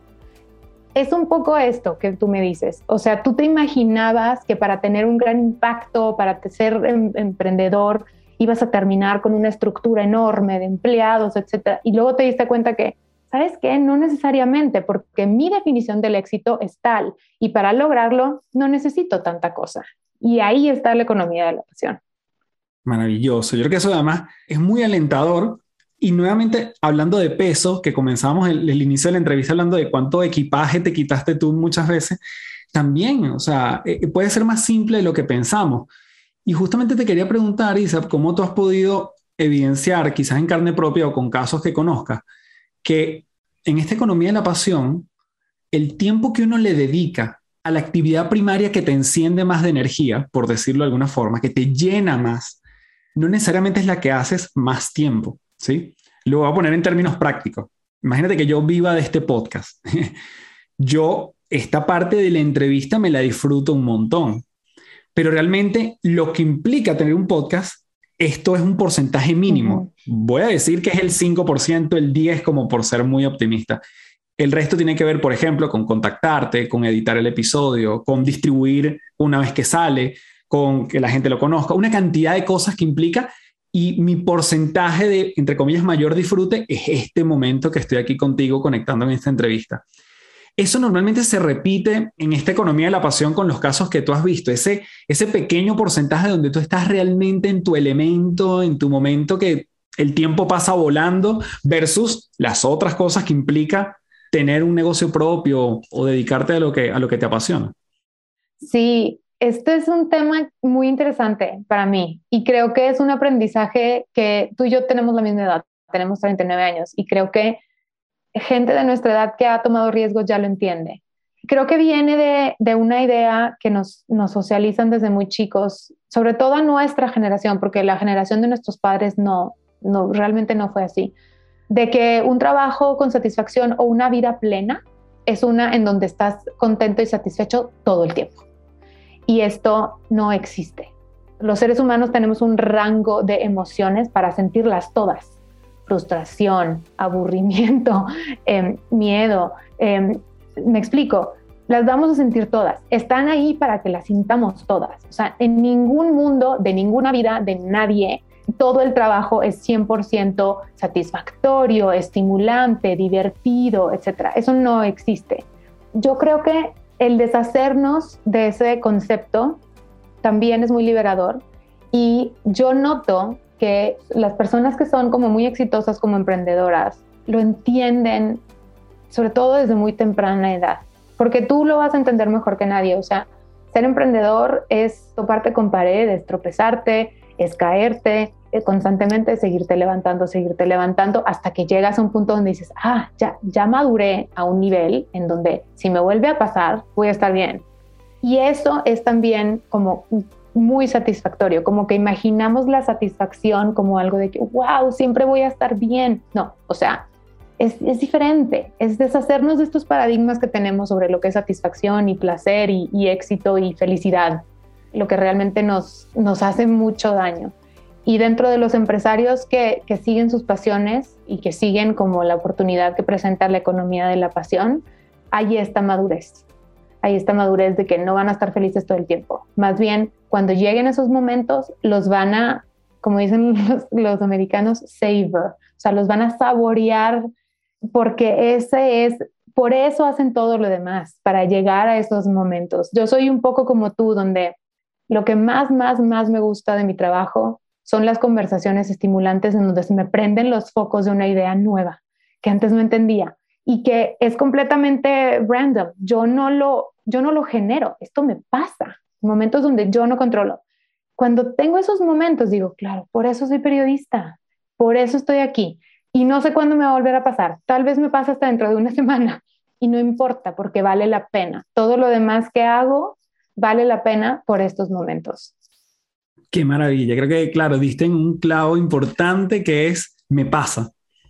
Es un poco esto que tú me dices. O sea, tú te imaginabas que para tener un gran impacto, para ser em- emprendedor, ibas a terminar con una estructura enorme de empleados, etcétera. Y luego te diste cuenta que, ¿sabes qué? No necesariamente, porque mi definición del éxito es tal y para lograrlo no necesito tanta cosa. Y ahí está la economía de la pasión. Maravilloso. Yo creo que eso además es muy alentador. Y nuevamente, hablando de peso, que comenzamos el, el inicio de la entrevista hablando de cuánto equipaje te quitaste tú muchas veces, también, o sea, eh, puede ser más simple de lo que pensamos. Y justamente te quería preguntar, Isa, ¿cómo tú has podido evidenciar, quizás en carne propia o con casos que conozcas, que en esta economía de la pasión, el tiempo que uno le dedica a la actividad primaria que te enciende más de energía, por decirlo de alguna forma, que te llena más, no necesariamente es la que haces más tiempo, ¿sí? Lo voy a poner en términos prácticos. Imagínate que yo viva de este podcast. Yo, esta parte de la entrevista me la disfruto un montón, pero realmente lo que implica tener un podcast, esto es un porcentaje mínimo. Uh-huh. Voy a decir que es el cinco por ciento, el diez por ciento como por ser muy optimista. El resto tiene que ver, por ejemplo, con contactarte, con editar el episodio, con distribuir una vez que sale, con que la gente lo conozca, una cantidad de cosas que implica y mi porcentaje de, entre comillas, mayor disfrute es este momento que estoy aquí contigo conectando en esta entrevista. Eso normalmente se repite en esta economía de la pasión con los casos que tú has visto, ese, ese pequeño porcentaje donde tú estás realmente en tu elemento, en tu momento que el tiempo pasa volando versus las otras cosas que implica tener un negocio propio o dedicarte a lo que, a lo que te apasiona. Sí, este es un tema muy interesante para mí y creo que es un aprendizaje que tú y yo tenemos la misma edad, tenemos treinta y nueve años y creo que gente de nuestra edad que ha tomado riesgos ya lo entiende. Creo que viene de, de una idea que nos, nos socializan desde muy chicos, sobre todo a nuestra generación, porque la generación de nuestros padres no, no, realmente no fue así, de que un trabajo con satisfacción o una vida plena es una en donde estás contento y satisfecho todo el tiempo. Y esto no existe. Los seres humanos tenemos un rango de emociones para sentirlas todas. Frustración, aburrimiento, eh, miedo. Eh, me explico, las vamos a sentir todas. Están ahí para que las sintamos todas. O sea, en ningún mundo, de ninguna vida, de nadie, todo el trabajo es cien por ciento satisfactorio, estimulante, divertido, etcétera. Eso no existe. Yo creo que el deshacernos de ese concepto también es muy liberador y yo noto que las personas que son como muy exitosas como emprendedoras lo entienden, sobre todo desde muy temprana edad, porque tú lo vas a entender mejor que nadie. O sea, ser emprendedor es toparte con paredes, tropezarte, es caerte, es constantemente seguirte levantando, seguirte levantando hasta que llegas a un punto donde dices, ah, ya, ya maduré a un nivel en donde si me vuelve a pasar, voy a estar bien. Y eso es también como muy satisfactorio, como que imaginamos la satisfacción como algo de que, wow, siempre voy a estar bien. No, o sea, es, es diferente, es deshacernos de estos paradigmas que tenemos sobre lo que es satisfacción y placer y, y éxito y felicidad, lo que realmente nos, nos hace mucho daño. Y dentro de los empresarios que, que siguen sus pasiones y que siguen como la oportunidad que presenta la economía de la pasión, hay esta madurez. Hay esta madurez de que no van a estar felices todo el tiempo. Más bien, cuando lleguen esos momentos, los van a, como dicen los, los americanos, savor. O sea, los van a saborear porque ese es, por eso hacen todo lo demás, para llegar a esos momentos. Yo soy un poco como tú, donde lo que más, más, más me gusta de mi trabajo son las conversaciones estimulantes en donde se me prenden los focos de una idea nueva que antes no entendía y que es completamente random. Yo no lo, yo no lo genero, esto me pasa, momentos donde yo no controlo. Cuando tengo esos momentos digo, claro, por eso soy periodista, por eso estoy aquí y no sé cuándo me va a volver a pasar. Tal vez me pase hasta dentro de una semana y no importa porque vale la pena. Todo lo demás que hago vale la pena por estos momentos. Qué maravilla. Creo que, claro, diste en un clavo importante que es me pasa.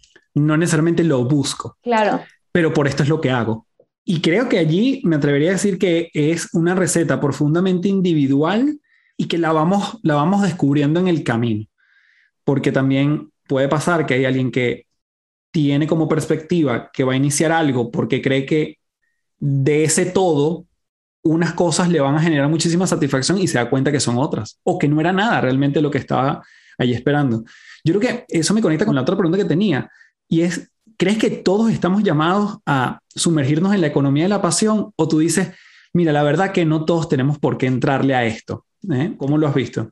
No necesariamente lo busco. Claro. Pero por esto es lo que hago. Y creo que allí me atrevería a decir que es una receta profundamente individual y que la vamos, la vamos descubriendo en el camino. Porque también puede pasar que hay alguien que tiene como perspectiva que va a iniciar algo porque cree que de ese todo unas cosas le van a generar muchísima satisfacción y se da cuenta que son otras o que no era nada realmente lo que estaba ahí esperando. Yo creo que eso me conecta con la otra pregunta que tenía y es, ¿crees que todos estamos llamados a sumergirnos en la economía de la pasión o tú dices, mira, la verdad que no todos tenemos por qué entrarle a esto? ¿Eh? ¿Cómo lo has visto?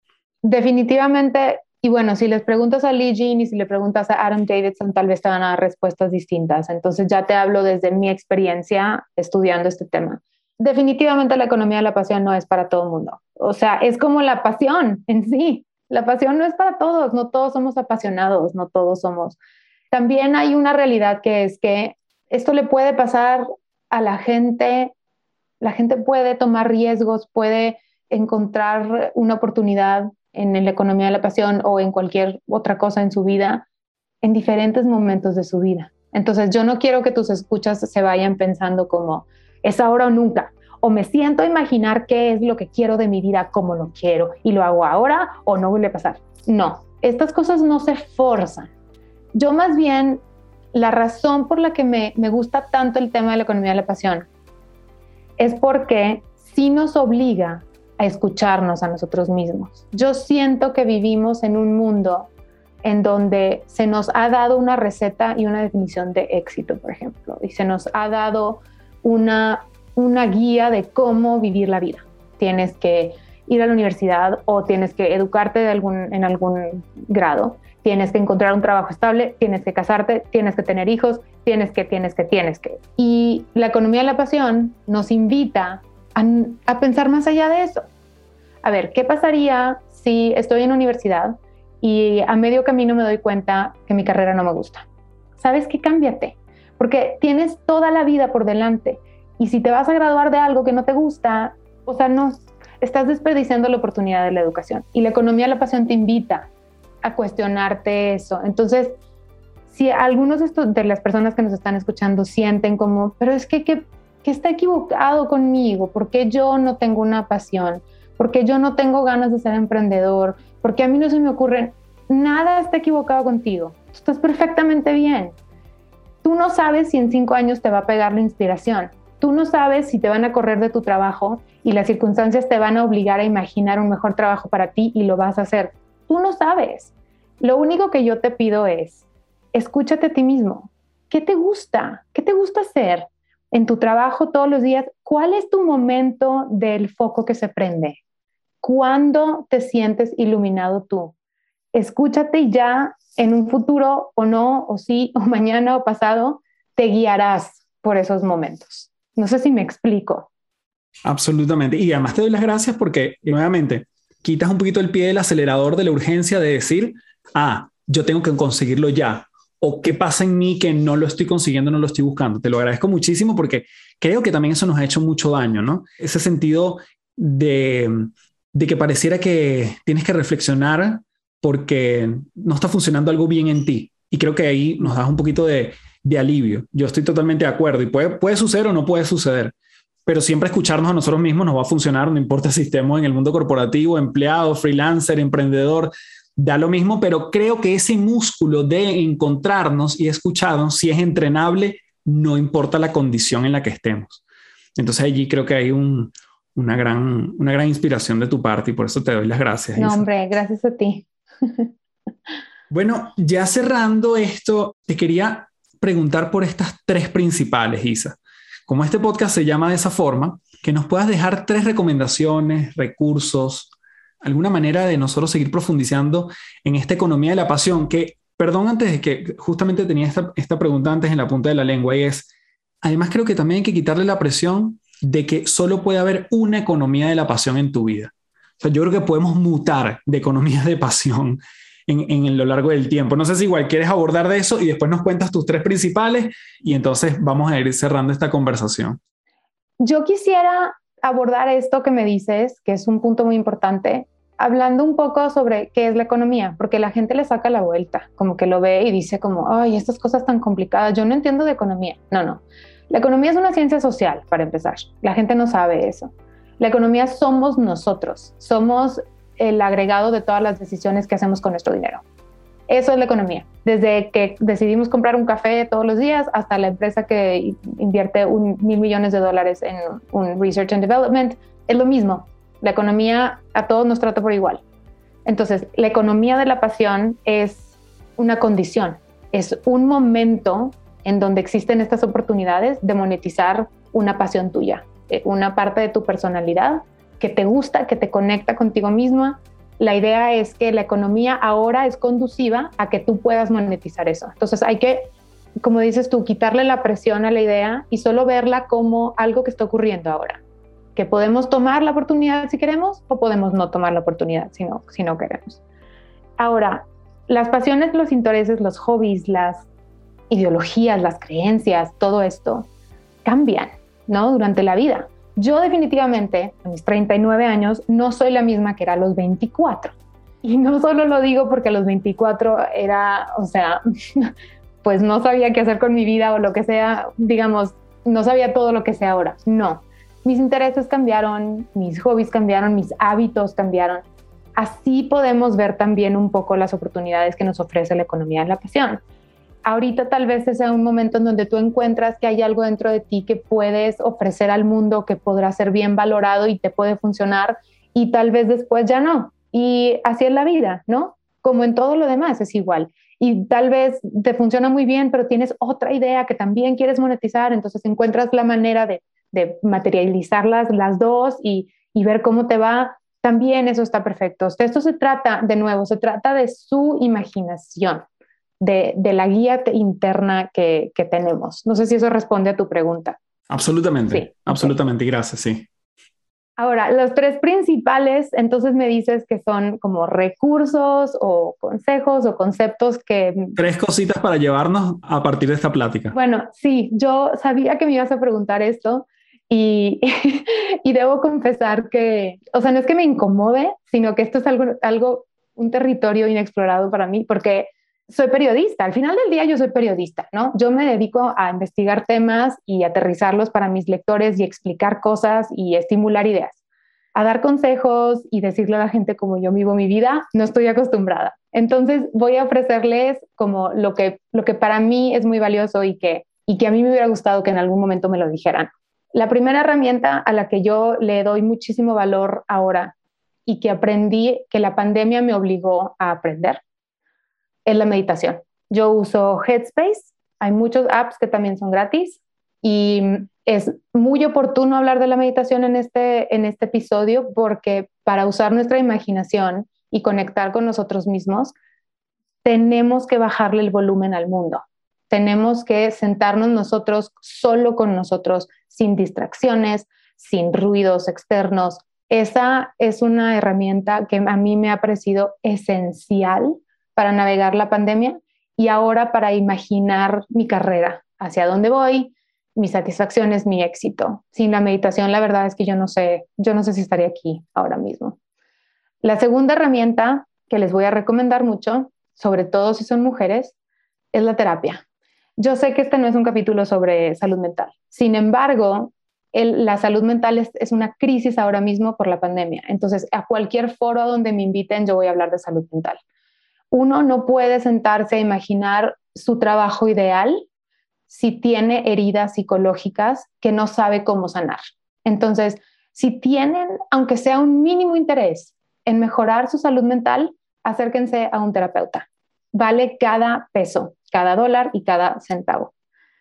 Definitivamente, y bueno, si les preguntas a Lee Jean y si le preguntas a Adam Davidson, tal vez te van a dar respuestas distintas. Entonces ya te hablo desde mi experiencia estudiando este tema. Definitivamente la economía de la pasión no es para todo el mundo. O sea, es como la pasión en sí. La pasión no es para todos, no todos somos apasionados, no todos somos. También hay una realidad que es que esto le puede pasar a la gente, la gente puede tomar riesgos, puede encontrar una oportunidad en la economía de la pasión o en cualquier otra cosa en su vida en diferentes momentos de su vida. Entonces yo no quiero que tus escuchas se vayan pensando como es ahora o nunca, o me siento a imaginar qué es lo que quiero de mi vida, cómo lo quiero, y lo hago ahora o no vuelve a pasar. No, estas cosas no se forzan. Yo más bien, la razón por la que me, me gusta tanto el tema de la economía de la pasión es porque sí nos obliga a escucharnos a nosotros mismos. Yo siento que vivimos en un mundo en donde se nos ha dado una receta y una definición de éxito, por ejemplo, y se nos ha dado una, una guía de cómo vivir la vida. Tienes que ir a la universidad o tienes que educarte de algún, en algún grado, tienes que encontrar un trabajo estable, tienes que casarte, tienes que tener hijos, tienes que, tienes que, tienes que. Y la economía de la pasión nos invita a, a pensar más allá de eso. A ver, ¿qué pasaría si estoy en universidad y a medio camino me doy cuenta que mi carrera no me gusta? ¿Sabes qué? Cámbiate, porque tienes toda la vida por delante. Y si te vas a graduar de algo que no te gusta, o sea, no, estás desperdiciando la oportunidad de la educación. Y la economía de la pasión te invita a cuestionarte eso. Entonces, si algunos de, estos, de las personas que nos están escuchando sienten como, pero es que, ¿qué, qué está equivocado conmigo? ¿Por qué yo no tengo una pasión? ¿Por qué yo no tengo ganas de ser emprendedor? ¿Por qué a mí no se me ocurre? Nada está equivocado contigo. Tú estás perfectamente bien. Tú no sabes si en cinco años te va a pegar la inspiración. Tú no sabes si te van a correr de tu trabajo y las circunstancias te van a obligar a imaginar un mejor trabajo para ti y lo vas a hacer. Tú no sabes. Lo único que yo te pido es, escúchate a ti mismo. ¿Qué te gusta? ¿Qué te gusta hacer en tu trabajo todos los días? ¿Cuál es tu momento del foco que se prende? ¿Cuándo te sientes iluminado tú? Escúchate y ya en un futuro o no, o sí, o mañana o pasado, te guiarás por esos momentos. No sé si me explico. Absolutamente. Y además te doy las gracias porque, nuevamente, quitas un poquito el pie del acelerador de la urgencia de decir, ah, yo tengo que conseguirlo ya. O qué pasa en mí que no lo estoy consiguiendo, no lo estoy buscando. Te lo agradezco muchísimo porque creo que también eso nos ha hecho mucho daño, ¿no? Ese sentido de, de que pareciera que tienes que reflexionar porque no está funcionando algo bien en ti. Y creo que ahí nos das un poquito de, de alivio. Yo estoy totalmente de acuerdo y puede, puede suceder o no puede suceder. Pero siempre escucharnos a nosotros mismos nos va a funcionar, no importa si estemos en el mundo corporativo, empleado, freelancer, emprendedor, da lo mismo, pero creo que ese músculo de encontrarnos y escucharnos, si es entrenable, no importa la condición en la que estemos. Entonces allí creo que hay un, una, gran, una gran inspiración de tu parte y por eso te doy las gracias. No, Isa. hombre, gracias a ti. Bueno, ya cerrando esto, te quería preguntar por estas tres principales, Isa. Como este podcast se llama de esa forma, que nos puedas dejar tres recomendaciones, recursos, alguna manera de nosotros seguir profundizando en esta economía de la pasión, que, perdón, antes de que justamente tenía esta, esta pregunta antes en la punta de la lengua, y es, además creo que también hay que quitarle la presión de que solo puede haber una economía de la pasión en tu vida. O sea, yo creo que podemos mutar de economías de pasión en, en lo largo del tiempo. No sé si igual quieres abordar de eso y después nos cuentas tus tres principales y entonces vamos a ir cerrando esta conversación. Yo quisiera abordar esto que me dices, que es un punto muy importante, hablando un poco sobre qué es la economía, porque la gente le saca la vuelta, como que lo ve y dice como, ay, estas cosas tan complicadas, yo no entiendo de economía. No, no. La economía es una ciencia social, para empezar. La gente no sabe eso. La economía somos nosotros, somos el agregado de todas las decisiones que hacemos con nuestro dinero. Eso es la economía. Desde que decidimos comprar un café todos los días hasta la empresa que invierte un, mil millones de dólares en un research and development, es lo mismo. La economía a todos nos trata por igual. Entonces, la economía de la pasión es una condición, es un momento en donde existen estas oportunidades de monetizar una pasión tuya, una parte de tu personalidad que te gusta, que te conecta contigo misma. La idea es que la economía ahora es conduciva a que tú puedas monetizar eso. Entonces hay que, como dices tú, quitarle la presión a la idea y solo verla como algo que está ocurriendo ahora. Que podemos tomar la oportunidad si queremos o podemos no tomar la oportunidad si no, si no queremos. Ahora, las pasiones, los intereses, los hobbies, las ideologías, las creencias, todo esto cambian, ¿no? Durante la vida. Yo definitivamente, a mis treinta y nueve años, no soy la misma que era a los veinticuatro. Y no solo lo digo porque a los veinticuatro era, o sea, pues no sabía qué hacer con mi vida o lo que sea, digamos, no sabía todo lo que sé ahora. No, mis intereses cambiaron, mis hobbies cambiaron, mis hábitos cambiaron. Así podemos ver también un poco las oportunidades que nos ofrece la economía de la pasión. Ahorita tal vez sea un momento en donde tú encuentras que hay algo dentro de ti que puedes ofrecer al mundo, que podrá ser bien valorado y te puede funcionar, y tal vez después ya no. Y así es la vida, ¿no? Como en todo lo demás es igual. Y tal vez te funciona muy bien, pero tienes otra idea que también quieres monetizar, entonces encuentras la manera de, de materializarlas las dos y, y ver cómo te va. También eso está perfecto. Esto se trata, de nuevo, se trata de su imaginación, de, de la guía interna que, que tenemos. No sé si eso responde a tu pregunta. Absolutamente, Sí, absolutamente, okay. Gracias, sí. Ahora, los tres principales, entonces me dices que son como recursos o consejos o conceptos que... Tres cositas para llevarnos a partir de esta plática. Bueno, sí, yo sabía que me ibas a preguntar esto y, y debo confesar que, o sea, no es que me incomode, sino que esto es algo, algo, un territorio inexplorado para mí, porque soy periodista. Al final del día yo soy periodista, ¿no? Yo me dedico a investigar temas y aterrizarlos para mis lectores y explicar cosas y estimular ideas. A dar consejos y decirle a la gente cómo yo vivo mi vida, no estoy acostumbrada. Entonces voy a ofrecerles como lo que, lo que para mí es muy valioso y que, y que a mí me hubiera gustado que en algún momento me lo dijeran. La primera herramienta a la que yo le doy muchísimo valor ahora y que aprendí, que la pandemia me obligó a aprender, es la meditación. Yo uso Headspace, hay muchos apps que también son gratis y es muy oportuno hablar de la meditación en este, en este episodio porque para usar nuestra imaginación y conectar con nosotros mismos, tenemos que bajarle el volumen al mundo. Tenemos que sentarnos nosotros solo con nosotros, sin distracciones, sin ruidos externos. Esa es una herramienta que a mí me ha parecido esencial para navegar la pandemia y ahora para imaginar mi carrera, hacia dónde voy, mis satisfacciones, mi éxito. Sin la meditación, la verdad es que yo no sé, yo no sé si estaría aquí ahora mismo. La segunda herramienta que les voy a recomendar mucho, sobre todo si son mujeres, es la terapia. Yo sé que este no es un capítulo sobre salud mental. Sin embargo, el, la salud mental es, es una crisis ahora mismo por la pandemia. Entonces, a cualquier foro donde me inviten, yo voy a hablar de salud mental. Uno no puede sentarse a imaginar su trabajo ideal si tiene heridas psicológicas que no sabe cómo sanar. Entonces, si tienen, aunque sea un mínimo interés en mejorar su salud mental, acérquense a un terapeuta. Vale cada peso, cada dólar y cada centavo.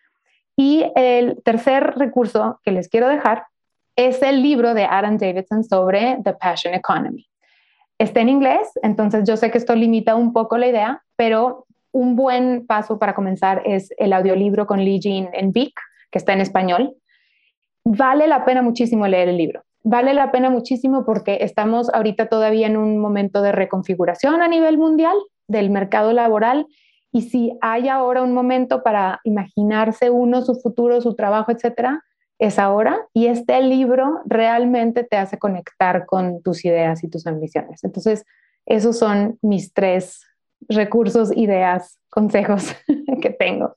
Y el tercer recurso que les quiero dejar es el libro de Adam Davidson sobre The Passion Economy. Está en inglés, entonces yo sé que esto limita un poco la idea, pero un buen paso para comenzar es el audiolibro con Lee Jean en Vic, que está en español. Vale la pena muchísimo leer el libro. Vale la pena muchísimo porque estamos ahorita todavía en un momento de reconfiguración a nivel mundial del mercado laboral y si hay ahora un momento para imaginarse uno su futuro, su trabajo, etcétera, es ahora y este libro realmente te hace conectar con tus ideas y tus ambiciones. Entonces, esos son mis tres recursos, ideas, consejos que tengo.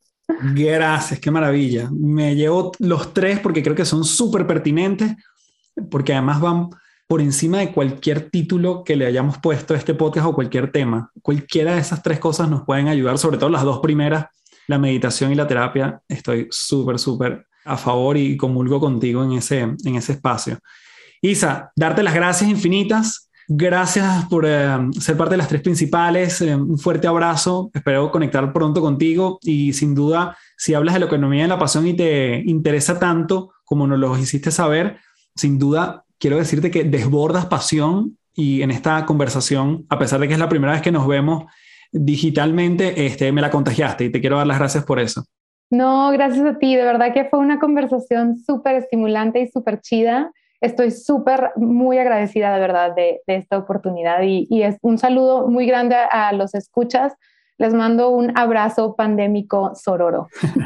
Gracias, qué maravilla. Me llevo los tres porque creo que son súper pertinentes, porque además van por encima de cualquier título que le hayamos puesto a este podcast o cualquier tema. Cualquiera de esas tres cosas nos pueden ayudar, sobre todo las dos primeras, la meditación y la terapia. Estoy súper, súper a favor y comulgo contigo en ese, en ese espacio. Isa, darte las gracias infinitas. Gracias por eh, ser parte de las tres principales. Eh, un fuerte abrazo. Espero conectar pronto contigo y sin duda, si hablas de la economía de la pasión y te interesa tanto como nos lo hiciste saber, sin duda quiero decirte que desbordas pasión y en esta conversación, a pesar de que es la primera vez que nos vemos digitalmente, este, me la contagiaste y te quiero dar las gracias por eso. No, gracias a ti. De verdad que fue una conversación súper estimulante y súper chida. Estoy súper, muy agradecida de verdad de, de esta oportunidad y, y es un saludo muy grande a, a los escuchas. Les mando un abrazo pandémico sororo.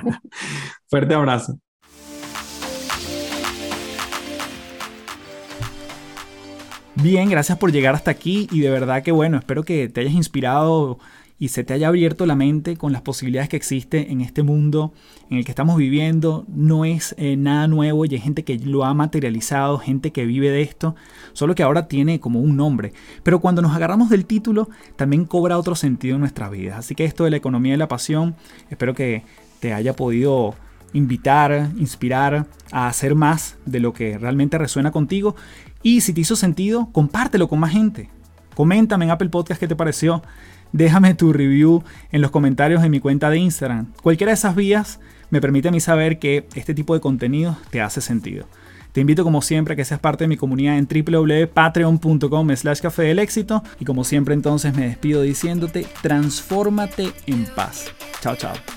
Fuerte abrazo. Bien, gracias por llegar hasta aquí y de verdad que bueno, espero que te hayas inspirado y se te haya abierto la mente con las posibilidades que existe en este mundo en el que estamos viviendo. No es eh, nada nuevo y hay gente que lo ha materializado, gente que vive de esto, solo que ahora tiene como un nombre. Pero cuando nos agarramos del título, también cobra otro sentido en nuestras vidas. Así que esto de la economía de la pasión, espero que te haya podido invitar, inspirar a hacer más de lo que realmente resuena contigo. Y si te hizo sentido, compártelo con más gente. Coméntame en Apple Podcast qué te pareció. Déjame tu review en los comentarios en mi cuenta de Instagram. Cualquiera de esas vías me permite a mí saber que este tipo de contenido te hace sentido. Te invito como siempre a que seas parte de mi comunidad en w w w punto patreon punto com slash café del éxito. Y como siempre entonces me despido diciéndote, transfórmate en paz. Chao, chao.